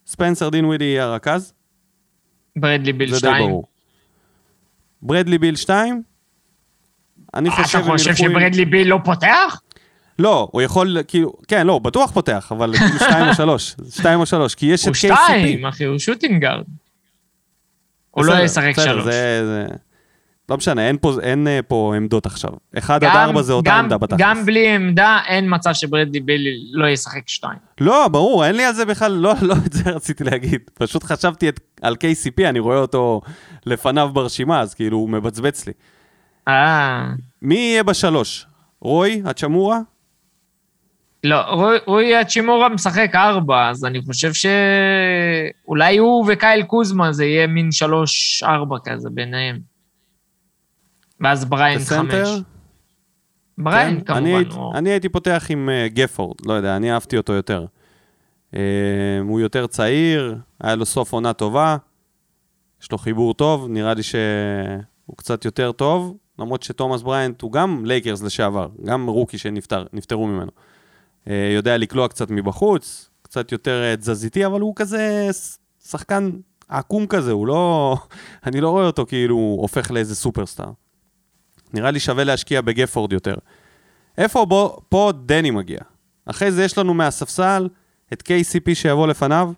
ספנסר דין ווידי יהיה הרכז. ברדלי ביל זה 2. די ברור. ברדלי ביל 2? אני חושב... אתה חושב שברדלי ביל לא פותח? לא, הוא יכול, כאילו, כן, לא, הוא בטוח פותח, אבל כאילו 2 או 3. 2 או 3, כי יש את KCP. הוא 2, אחי, הוא שוטינגארד. הוא לא ישחק 3. לא משנה, אין פה עמדות עכשיו. 1 עד 4 זה אותה עמדה בתכלס. גם בלי עמדה, אין מצב שברדלי ביל לא ישחק 2. לא, ברור, אין לי על זה בכלל, לא את זה רציתי להגיד. פשוט חשבתי על KCP, אני רואה אותו לפניו ברשימה, אז כאילו הוא מבצבץ לי. מי יהיה ב3? רוי, הצ'מורה? לא, רוי הצ'מורה משחק 4, אז אני חושב שאולי הוא וקייל קוזמה, זה יהיה מין 3-4 כזה ביניהם. ואז בריין 5. בריין, כמובן. אני הייתי פותח עם גפורד, לא יודע, אני אהבתי אותו יותר. הוא יותר צעיר, היה לו סוף עונה טובה, יש לו חיבור טוב, נראה לי שהוא קצת יותר טוב, למרות שתומאס בריינט הוא גם לייקרס לשעבר, גם רוקי שנפטרו ממנו. יודע לקלוע קצת מבחוץ, קצת יותר תזזיתי, אבל הוא כזה שחקן עקום כזה, הוא לא... אני לא רואה אותו כאילו הוא הופך לאיזה סופרסטאר. נראה לי שווה להשקיע בגפורד יותר. איפה פה דני מגיע? אחרי זה יש לנו מהספסל את KCP שיבוא לפניו.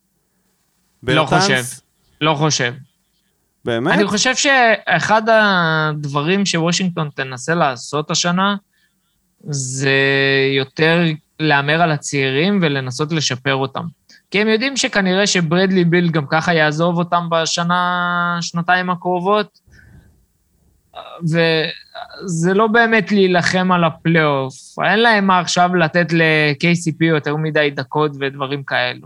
לא חושב. באמת? אני חושב שאחד הדברים שוושינגטון תנסה לעשות השנה, זה יותר לאמר על הצעירים ולנסות לשפר אותם. כי הם יודעים שכנראה שברדלי ביל גם ככה יעזוב אותם שנתיים הקרובות, וזה לא באמת להילחם על הפלייאוף. אין להם מה עכשיו לתת ל-KCP יותר מדי דקות ודברים כאלו.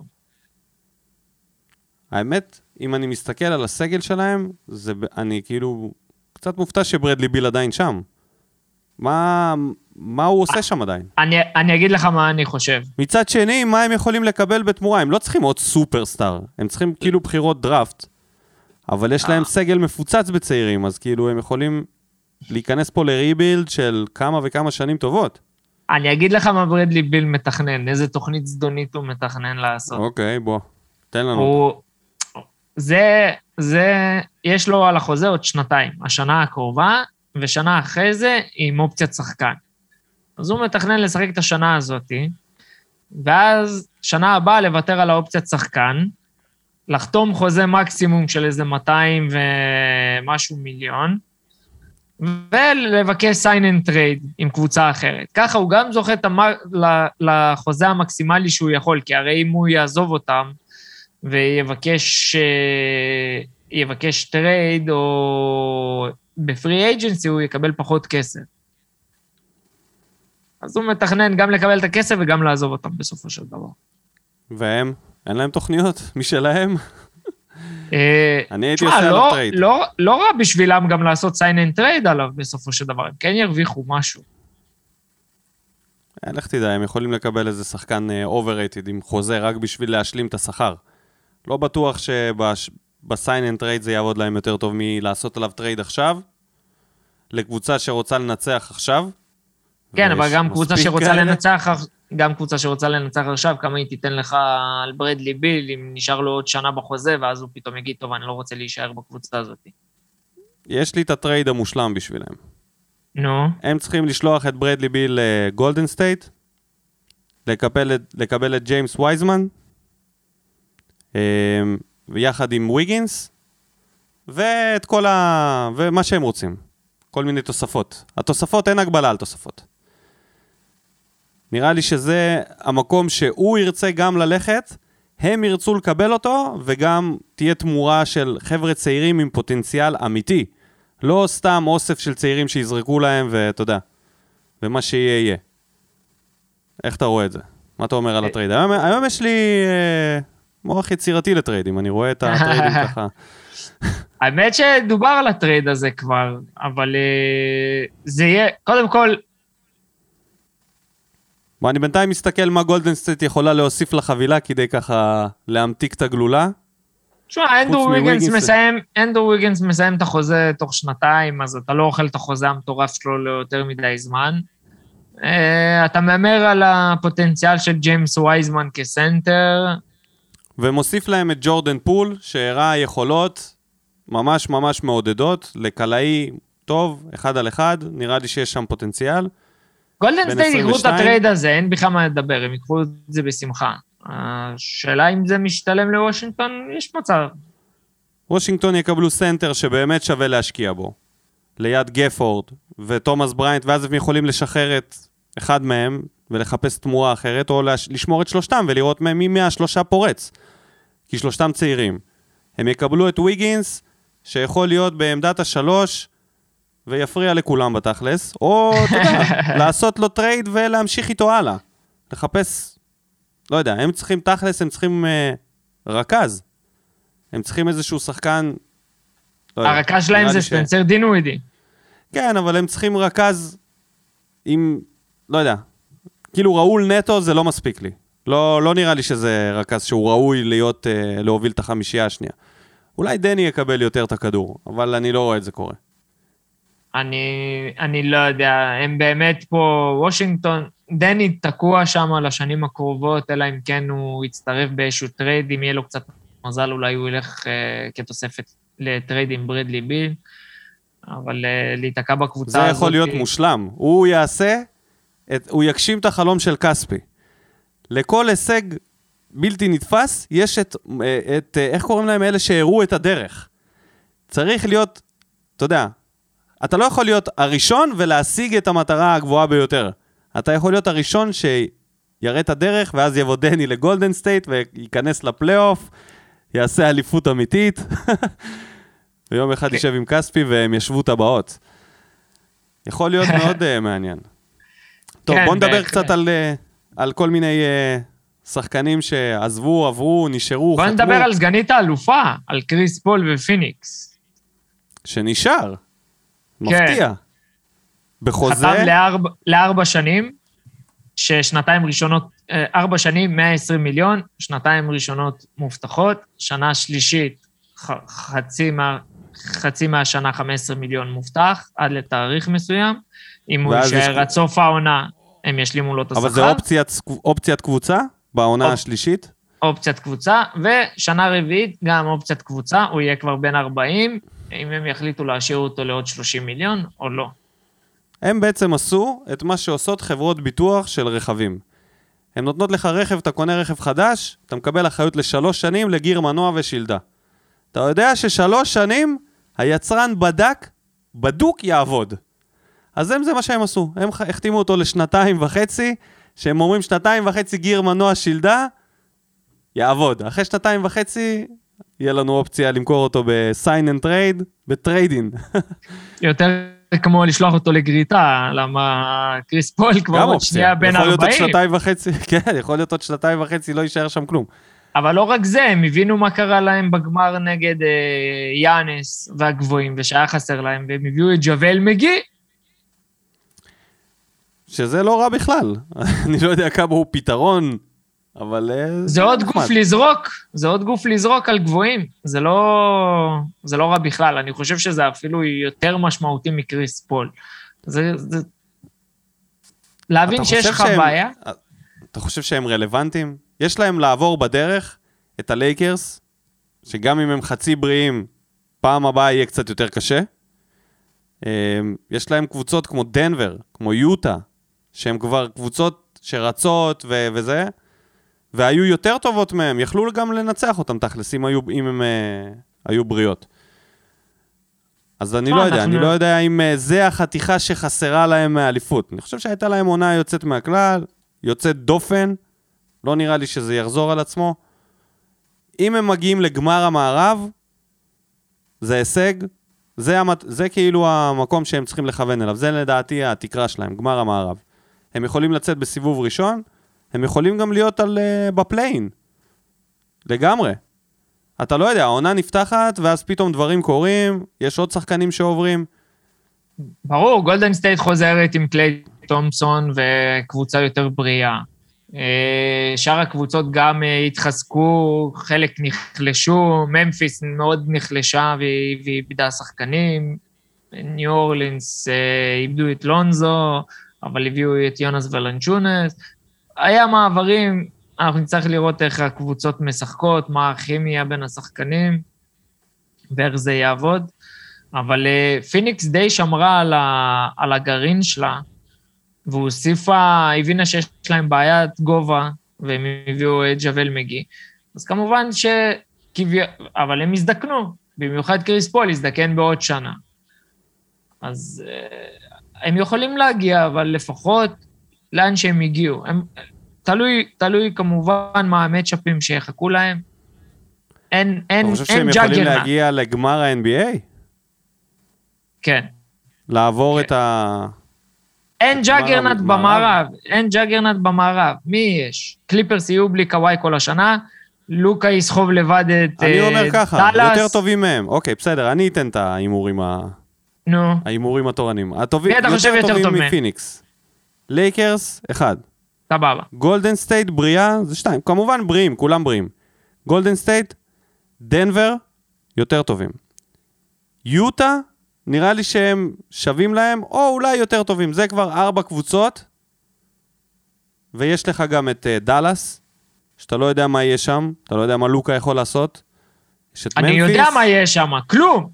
האמת, אם אני מסתכל על הסגל שלהם, אני כאילו קצת מופתע שברדלי ביל עדיין שם. מה הוא עושה שם עדיין? אני אגיד לך מה אני חושב. מצד שני, מה הם יכולים לקבל בתמורה? הם לא צריכים עוד סופרסטאר, הם צריכים כאילו בחירות דראפט, אבל יש להם סגל מפוצץ בצעירים, אז כאילו הם יכולים להיכנס פה לריבילד של כמה וכמה שנים טובות. אני אגיד לך מה ברדלי ביל מתכנן, איזה תוכנית זדונית הוא מתכנן לעשות. אוקיי, בוא, תן לנו. יש לו על החוזה עוד 2, השנה הקרובה, ושנה אחרי זה עם אופציית שחקן. אז הוא מתכנן לשחק את השנה הזאת, ואז שנה הבאה לוותר על האופציית שחקן, לחתום חוזה מקסימום של איזה 200 ומשהו מיליון, ולבקש sign and trade עם קבוצה אחרת. ככה הוא גם זוכה לחוזה המקסימלי שהוא יכול, כי הרי אם הוא יעזוב אותם, ויבקש טרייד, או בפרי אייג'נסי הוא יקבל פחות כסף. אז הוא מתכנן גם לקבל את הכסף וגם לעזוב אותם בסופו של דבר. והם? אין להם תוכניות משלהם? אני הייתי עושה עליו טרייד. לא רע בשבילם גם לעשות sign and trade עליו בסופו של דבר, הם כן ירוויחו משהו. לך תדע, הם יכולים לקבל איזה שחקן overrated עם חוזה רק בשביל להשלים את השכר. לא בטוח שבסיין אנד טרייד זה יעבוד להם יותר טוב מלעשות עליו טרייד עכשיו, לקבוצה שרוצה לנצח עכשיו. כן, אבל גם קבוצה שרוצה לנצח עכשיו, כמה היא תיתן לך על ברדלי ביל, אם נשאר לו עוד שנה בחוזה, ואז הוא פתאום יגיד, טוב, אני לא רוצה להישאר בקבוצה הזאת. יש לי את הטרייד המושלם בשבילם. נו. הם צריכים לשלוח את ברדלי ביל לגולדן סטייט, לקבל את ג'יימס וייזמן, ויחד עם ויגינס, ומה שהם רוצים. כל מיני תוספות. התוספות, אין הגבלה על תוספות. נראה לי שזה המקום שהוא ירצה גם ללכת, הם ירצו לקבל אותו, וגם תהיה תמורה של חבר'ה צעירים עם פוטנציאל אמיתי. לא סתם אוסף של צעירים שיזרקו להם, ואתה יודע, ומה שיהיה יהיה. איך אתה רואה את זה? מה אתה אומר על הטרייד? היום יש לי מוח יצירתי לטריידים, אני רואה את הטריידים ככה. האמת שדובר על הטרייד הזה כבר, אבל זה יהיה, קודם כל... ואני בינתיים מסתכל מה גולדן סטייט יכולה להוסיף לחבילה, כדי ככה להמתיק את הגלולה. תשמע, אנדרו ויגינס מסיים את החוזה תוך 2, אז אתה לא אוכל את החוזה המטורף שלו ליותר מדי זמן. אתה מאמר על הפוטנציאל של ג'יימס וייזמן כסנטר. ומוסיף להם את ג'ורדן פול, שהראה יכולות ממש ממש מעודדות, לקלעי טוב, 1 על 1, נראה לי שיש שם פוטנציאל. גולדן סטייט יקחו את הטרייד הזה, אין בכלל מה לדבר, הם יקחו את זה בשמחה. השאלה אם זה משתלם לוושינגטון, יש מצב. וושינגטון יקבלו סנטר שבאמת שווה להשקיע בו, ליד גפורד ותומאס בריינט, ואז הם יכולים לשחרר את אחד מהם, ולחפש תמורה אחרת, או לשמור את שלושתם, ולראות מי מהשלושה פורץ. כי שלושתם צעירים. הם יקבלו את ויגינס, שיכול להיות בעמדת 3, ויפריע לכולם בתכלס, או, אתה יודע, לעשות לו טרייד ולהמשיך איתו הלאה. לחפש, לא יודע, הם צריכים תכלס, הם צריכים רכז. הם צריכים איזשהו שחקן... הרכז שלהם זה ספנסר דינווידי. כן, אבל הם צריכים רכז עם, לא יודע, כאילו ראול נטו זה לא מספיק לי. לא נראה לי שזה רכז שהוא ראוי להוביל את החמישייה השנייה. אולי דני יקבל יותר את הכדור, אבל אני לא רואה את זה קורה. אני לא יודע, הם באמת פה, וושינגטון, דני תקוע שם על השנים הקרובות, אלא אם כן הוא יצטרף באיזשהו טרייד, אם יהיה לו קצת מזל, אולי הוא ילך כתוספת לטרייד עם ברדלי ביל, אבל להתעקע בקבוצה הזאת... זה יכול להיות מושלם. הוא יגשים את החלום של כספי. לכל הישג בלתי נתפס, יש איך קוראים להם אלה שהראו את הדרך. צריך להיות, אתה יודע, אתה לא יכול להיות הראשון ולהשיג את המטרה הגבוהה ביותר. אתה יכול להיות הראשון שיראה את הדרך, ואז יבוא דני לגולדן סטייט, וייכנס לפלייאוף, יעשה אליפות אמיתית, ויום אחד יישב עם כספי, והם ישבו טבעות. יכול להיות מאוד מעניין. טוב, בוא נדבר קצת על כל מיני שחקנים שעזבו, עברו, נשארו, חתמו. בוא נדבר על סגנית האלופה, על קריס פול ופיניקס. שנשאר. מפתיע. בחוזה... חתם ל4 שנים, ששנתיים ראשונות, 4 שנים, 120 מיליון, שנתיים ראשונות מובטחות, שנה שלישית, חצי מהשנה 15 מיליון מובטח, עד לתאריך מסוים, אם הוא יישאר עד סוף העונה, הם ישלימו לו את השכר. אבל זה אופציית קבוצה, בעונה השלישית? אופציית קבוצה, ושנה רביעית, גם אופציית קבוצה, הוא יהיה כבר בין 40, אם הם יחליטו להשאיר אותו לעוד 30 מיליון, או לא. הם בעצם עשו את מה שעושות חברות ביטוח של רכבים. הן נותנות לך רכב, אתה קונה רכב חדש, אתה מקבל אחריות ל3 שנים לגיר מנוע ושילדה. אתה יודע ש3 שנים היצרן בדוק יעבוד. אז זה מה שהם עשו. הם החתימו אותו ל2.5, שהם אומרים 2.5 גיר מנוע שילדה, יעבוד. אחרי 2.5 יהיה לנו אופציה למכור אותו ב-sign and trade, בטריידין. יותר כמו לשלוח אותו לגריטה, למה קריס פול כבר עוד שנייה בין 40. יכול להיות עוד 2.5, כן, יכול להיות עוד 2.5, לא יישאר שם כלום. אבל לא רק זה, הם הבינו מה קרה להם בגמר נגד יאנס והגבוהים, ושהיה חסר להם, והם הביאו את ג'וול מגי. שזה לא רע בכלל. אני לא יודע כמה הוא פתרון, אבל... זה עוד גוף לזרוק, זה עוד גוף לזרוק על גבוהים. זה לא רע בכלל, אני חושב שזה אפילו יותר משמעותי מקריס פול. להבין שיש לך בעיה. אתה חושב שהם רלוונטיים? יש להם לעבור בדרך את הלייקרס, שגם אם הם חצי בריאים, פעם הבאה יהיה קצת יותר קשה. יש להם קבוצות כמו דנבר, כמו יוטה, שהן כבר קבוצות שרצות וזה, והיו יותר טובות מהם, יכלו גם לנצח אותם תכלס, אם הם היו בריאות. אז אני לא יודע, אני לא יודע אם זה החתיכה שחסרה להם מהאליפות. אני חושב שהייתה להם עונה יוצאת מהכלל, יוצאת דופן, לא נראה לי שזה יחזור על עצמו. אם הם מגיעים לגמר המערב, זה הישג, זה כאילו המקום שהם צריכים לכוון אליו, זה לדעתי התקרה שלהם, גמר המערב. הם יכולים לצאת בסיבוב ראשון, הם יכולים גם להיות בפליין, לגמרי. אתה לא יודע, העונה נפתחת, ואז פתאום דברים קורים, יש עוד שחקנים שעוברים. ברור, גולדן סטייט חוזרת עם קליי תומפסון וקבוצה יותר בריאה. שאר הקבוצות גם התחזקו, חלק נחלשו, ממפיס מאוד נחלשה ואיבדה שחקנים, ניו אורלינס איבדו את לונזו, אבל הביאו את יונס ולנצ'ונס, היה מעברים, אנחנו נצטרך לראות איך הקבוצות משחקות, מה הכימיה בין השחקנים, ואיך זה יעבוד. אבל פיניקס די שמרה על הגרעין שלה, והוסיפה, הבינה שיש להם בעיית גובה, והם הביאו את ג'וול מגי. אז כמובן אבל הם הזדקנו, במיוחד קריס פול הזדקן בעוד שנה. אז הם יכולים להגיע, אבל לפחות לאן שהם הגיעו. תלוי כמובן מה המאצ'אפים שיחכו להם. אין ג'אגרנט. אתה חושב שהם יכולים להגיע לגמר ה-NBA? כן. לעבור את ה... אין ג'אגרנט במערב, אין ג'אגרנט במערב. מי יש? קליפרס יהיו בלי קוואי כל השנה, לוקה יסחוב לבד את דלס. אני אומר ככה, יותר טובים מהם. אוקיי, בסדר, אני אתן את ההימורים ההימורים התורנים. יותר טובים מפיניקס. לייקרס, 1. סבבה. גולדן סטייט, בריאה, זה 2. כמובן בריאים, כולם בריאים. גולדן סטייט, דנבר, יותר טובים. יוטה, נראה לי שהם שווים להם, או אולי יותר טובים. זה כבר 4 קבוצות, ויש לך גם את דלס, שאתה לא יודע מה יהיה שם, אתה לא יודע מה לוקה יכול לעשות. אני יודע מה יהיה שם, כלום.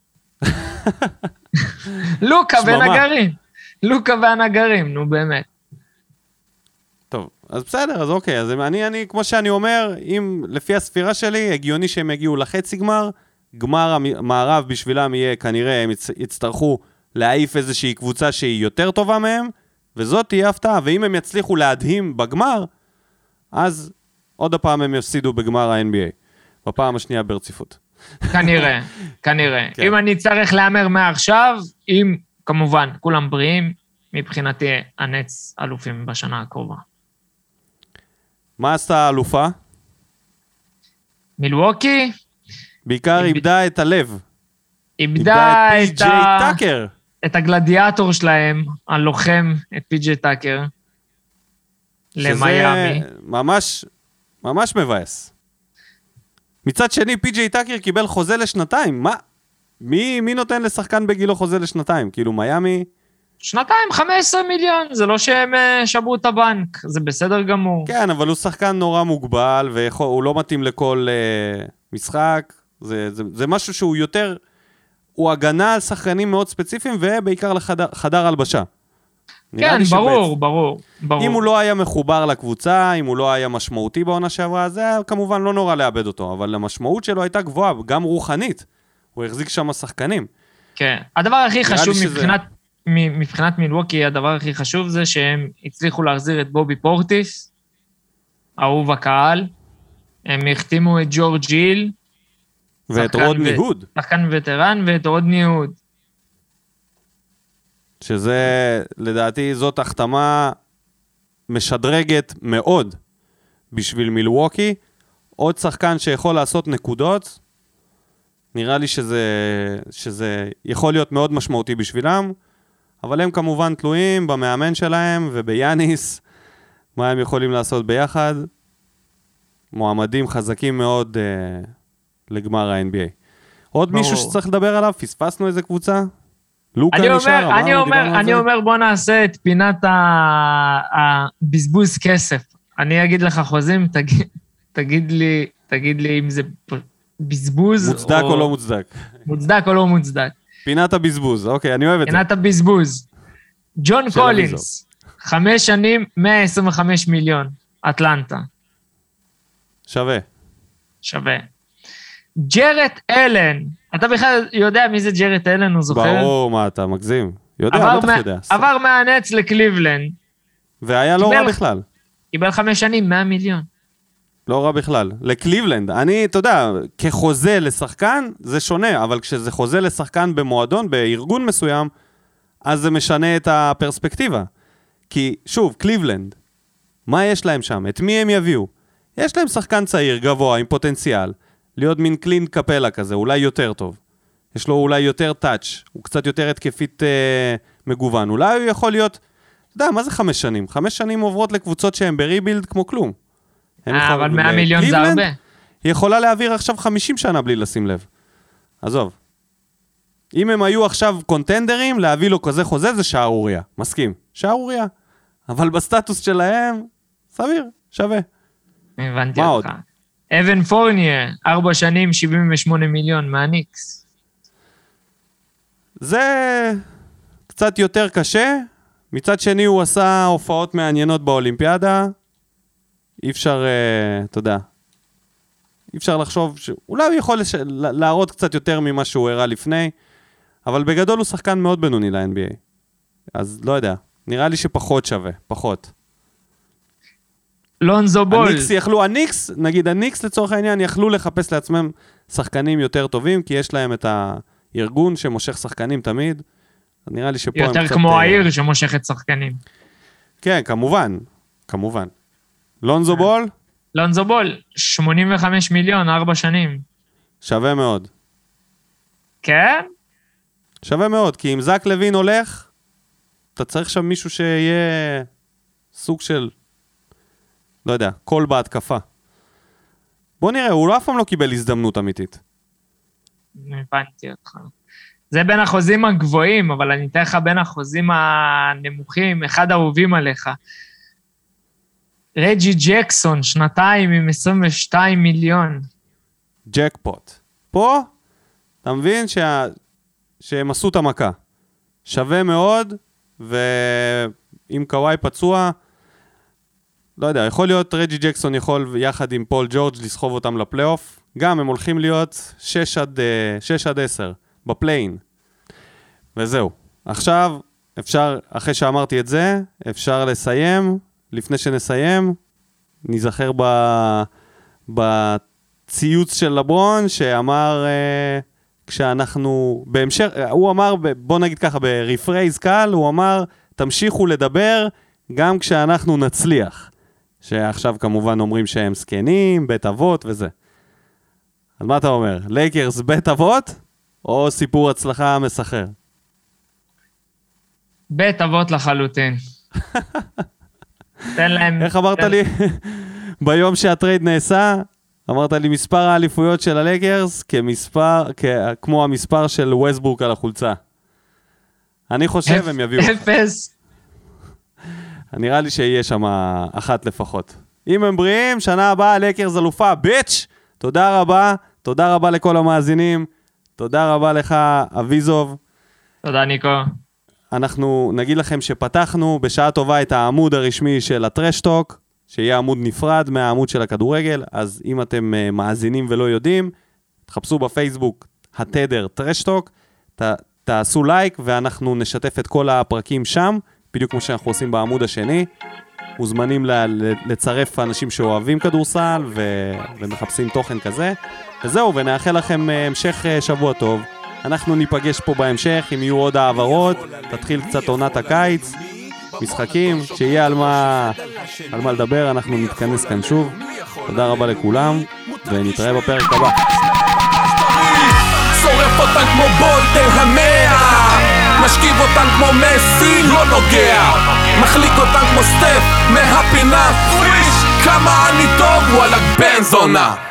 לוקה ונגרים. לוקה והנגרים, נו באמת. טוב, אז בסדר, אז אוקיי, אז אני כמו שאני אומר, אם לפי הספירה שלי, הגיוני שהם יגיעו לחצי גמר, גמר המערב בשבילם יהיה, כנראה הם יצטרכו להעיף איזושהי קבוצה שהיא יותר טובה מהם, וזאת תהיה הפתעה, ואם הם יצליחו להדהים בגמר, אז עוד הפעם הם יפסידו בגמר ה-NBA, בפעם השנייה ברציפות. כנראה. כן. אם אני צריך לאמר מעכשיו, אם כמובן כולם בריאים, מבחינתי הנץ אלופים בשנה הקרובה. מה עשתה האלופה? מילווקי? בעיקר איבדה את הלב. איבדה את פי.ג'יי טאקר. את הגלדיאטור שלהם, הלוחם, את פי.ג'יי טאקר, למיימי. ממש, ממש מבאס. מצד שני, פי.ג'יי טאקר קיבל חוזה לשנתיים. מה? מי נותן לשחקן בגילו חוזה לשנתיים? כאילו, מיימי... 15 מיליון, זה לא שהם שברו את הבנק, זה בסדר גמור. כן, אבל הוא שחקן נורא מוגבל, והוא לא מתאים לכל משחק. זה משהו שהוא יותר... הוא הגנה על שחקנים מאוד ספציפיים, ובעיקר לחדר הלבשה. כן, ברור. אם הוא לא היה מחובר לקבוצה, אם הוא לא היה משמעותי בעונה שעברה, זה כמובן לא נורא לאבד אותו, אבל המשמעות שלו הייתה גבוהה, גם רוחנית. הוא החזיק שם השחקנים. כן, הדבר הכי חשוב מבחינת מילווקי, הדבר הכי חשוב זה שהם הצליחו להחזיר את בובי פורטיס, אהוב הקהל, הם החתימו את ג'ורג' היל, ואת רודני הוד. שחקן וטרן, ואת רודני הוד. שזה, לדעתי, זאת החתמה משדרגת מאוד בשביל מילווקי. עוד שחקן שיכול לעשות נקודות, נראה לי שזה יכול להיות מאוד משמעותי בשבילם, אבל הם כמובן תלויים במאמן שלהם וביאניס, מה הם יכולים לעשות ביחד. מועמדים חזקים מאוד לגמר ה-NBA. עוד מישהו שצריך לדבר עליו? פספסנו איזה קבוצה? לוקה נשאר, אני אומר בוא נעשה את פינת הבזבוז כסף. אני אגיד לך חוזים, תגיד לי אם זה בזבוז מוצדק או לא מוצדק. מוצדק או לא מוצדק. פינת הבזבוז, אוקיי, אני אוהב את זה. פינת הבזבוז. ג'ון קולינס, 5 שנים, 125 מיליון, אטלנטה. שווה. ג'רט אלן, אתה בכלל יודע מי זה ג'רט אלן, הוא זוכר? ברור, מה אתה מגזים? בטח יודע. עבר מהנץ לקליבלנד. והיה לא רע בכלל. קיבל 5 שנים, 100 מיליון. לא רע בכלל. לקליבלנד, אתה יודע, כחוזה לשחקן, זה שונה, אבל כשזה חוזה לשחקן במועדון, בארגון מסוים, אז זה משנה את הפרספקטיבה. כי, שוב, קליבלנד, מה יש להם שם? את מי הם יביאו? יש להם שחקן צעיר, גבוה, עם פוטנציאל, להיות מין קלין קפלה כזה, אולי יותר טוב. יש לו אולי יותר טאץ', הוא קצת יותר התקפית מגוון. אולי הוא יכול להיות, אתה יודע, מה זה 5 שנים? 5 שנים עוברות לקבוצות שהן בריבילד כמו כלום. אבל 100 מיליון זה הרבה. היא יכולה להעביר עכשיו 50 שנה בלי לשים לב. עזוב. אם הם היו עכשיו קונטנדרים, להביא לו כזה חוזה, זה שערוריה. מסכים. שערוריה. אבל בסטטוס שלהם, סביר, שווה. הבנתי מה אותך. עוד? אבן פורניה, 4 שנים, 78 מיליון מהניקס. זה קצת יותר קשה. מצד שני הוא עשה הופעות מעניינות באולימפיאדה. אי אפשר, אתה יודע, אי אפשר לחשוב שאולי הוא יכול להראות קצת יותר ממה שהוא הראה לפני, אבל בגדול הוא שחקן מאוד בינוני ל-NBA. אז לא יודע, נראה לי שפחות שווה, פחות. לונזו בול. הניקס, נגיד הניקס לצורך העניין, יכלו לחפש לעצמם שחקנים יותר טובים, כי יש להם את הארגון שמושך שחקנים תמיד. נראה לי שפה יותר כמו העיר שמושכת שחקנים. כן, כמובן. לונזו בול? לונזו בול, 85 מיליון, 4 שנים. שווה מאוד. כן? שווה מאוד, כי אם זק לוין הולך, אתה צריך שם מישהו שיהיה סוג של, לא יודע, קול בהתקפה. בוא נראה, הוא אף פעם לא קיבל הזדמנות אמיתית. הבנתי אותך. זה בין החוזים הגבוהים, אבל אני אתן לך בין החוזים הנמוכים, אחד אהובים עליך. רג'י ג'קסון, 2 עם 22 מיליון. ג'קפוט. פה, אתה מבין שהם עשו את המכה. שווה מאוד, ועם קוואי פצוע, לא יודע, יכול להיות רג'י ג'קסון יכול יחד עם פול ג'ורג' לסחוב אותם לפלייאוף. גם הם הולכים להיות 6-10 בפליין. וזהו. עכשיו, אפשר, אחרי שאמרתי את זה, אפשר לסיים. לפני שנסיים, נזכר בציוץ של לברון, שאמר, כשאנחנו, בהמשך, הוא אמר, בוא נגיד ככה, ברפרייז קל, הוא אמר, תמשיכו לדבר גם כשאנחנו נצליח. שעכשיו כמובן אומרים שהם סקנים, בית אבות וזה. אז מה אתה אומר? לייקרס בית אבות, או סיפור הצלחה מסחרר? בית אבות לחלוטין. תן להם... איך אמרת לי? ביום שהטרייד נעשה, אמרת לי מספר האליפויות של הלייקרס כמו המספר של ווסטברוק על החולצה. אני חושב הם יביאו. 0. נראה לי שיהיה שם אחת לפחות. אם הם בריאים, שנה הבאה הלייקרס אלופה, ביץ'! תודה רבה לכל המאזינים, תודה רבה לך אביזוב. תודה ניקו. אנחנו נגיד לכם שפתחנו בשעה טובה את העמוד הרשמי של הטרשטוק, שיהיה עמוד נפרד מהעמוד של הכדורגל, אז אם אתם מאזינים ולא יודעים, תחפשו בפייסבוק התדר טרשטוק, תעשו לייק ואנחנו נשתף את כל הפרקים שם, בדיוק כמו שאנחנו עושים בעמוד השני. מוזמנים לצרף אנשים שאוהבים כדורסל ומחפשים תוכן כזה. וזהו, ונאחל לכם המשך שבוע טוב. אנחנו ניפגש פה בהמשך, אם יהיו עוד העברות, תתחיל קצת עונת הקיץ, משחקים, שיהיה על מה לדבר, אנחנו נתכנס כאן שוב. תודה רבה לכולם, ונתראה בפרק הבא. שורף אותן כמו בולטר 100, משכיב אותן כמו מסי, לא נוגע, מחליק אותן כמו סטף, מהפינה פריש, כמה אני טוב, וואלה בן זונה.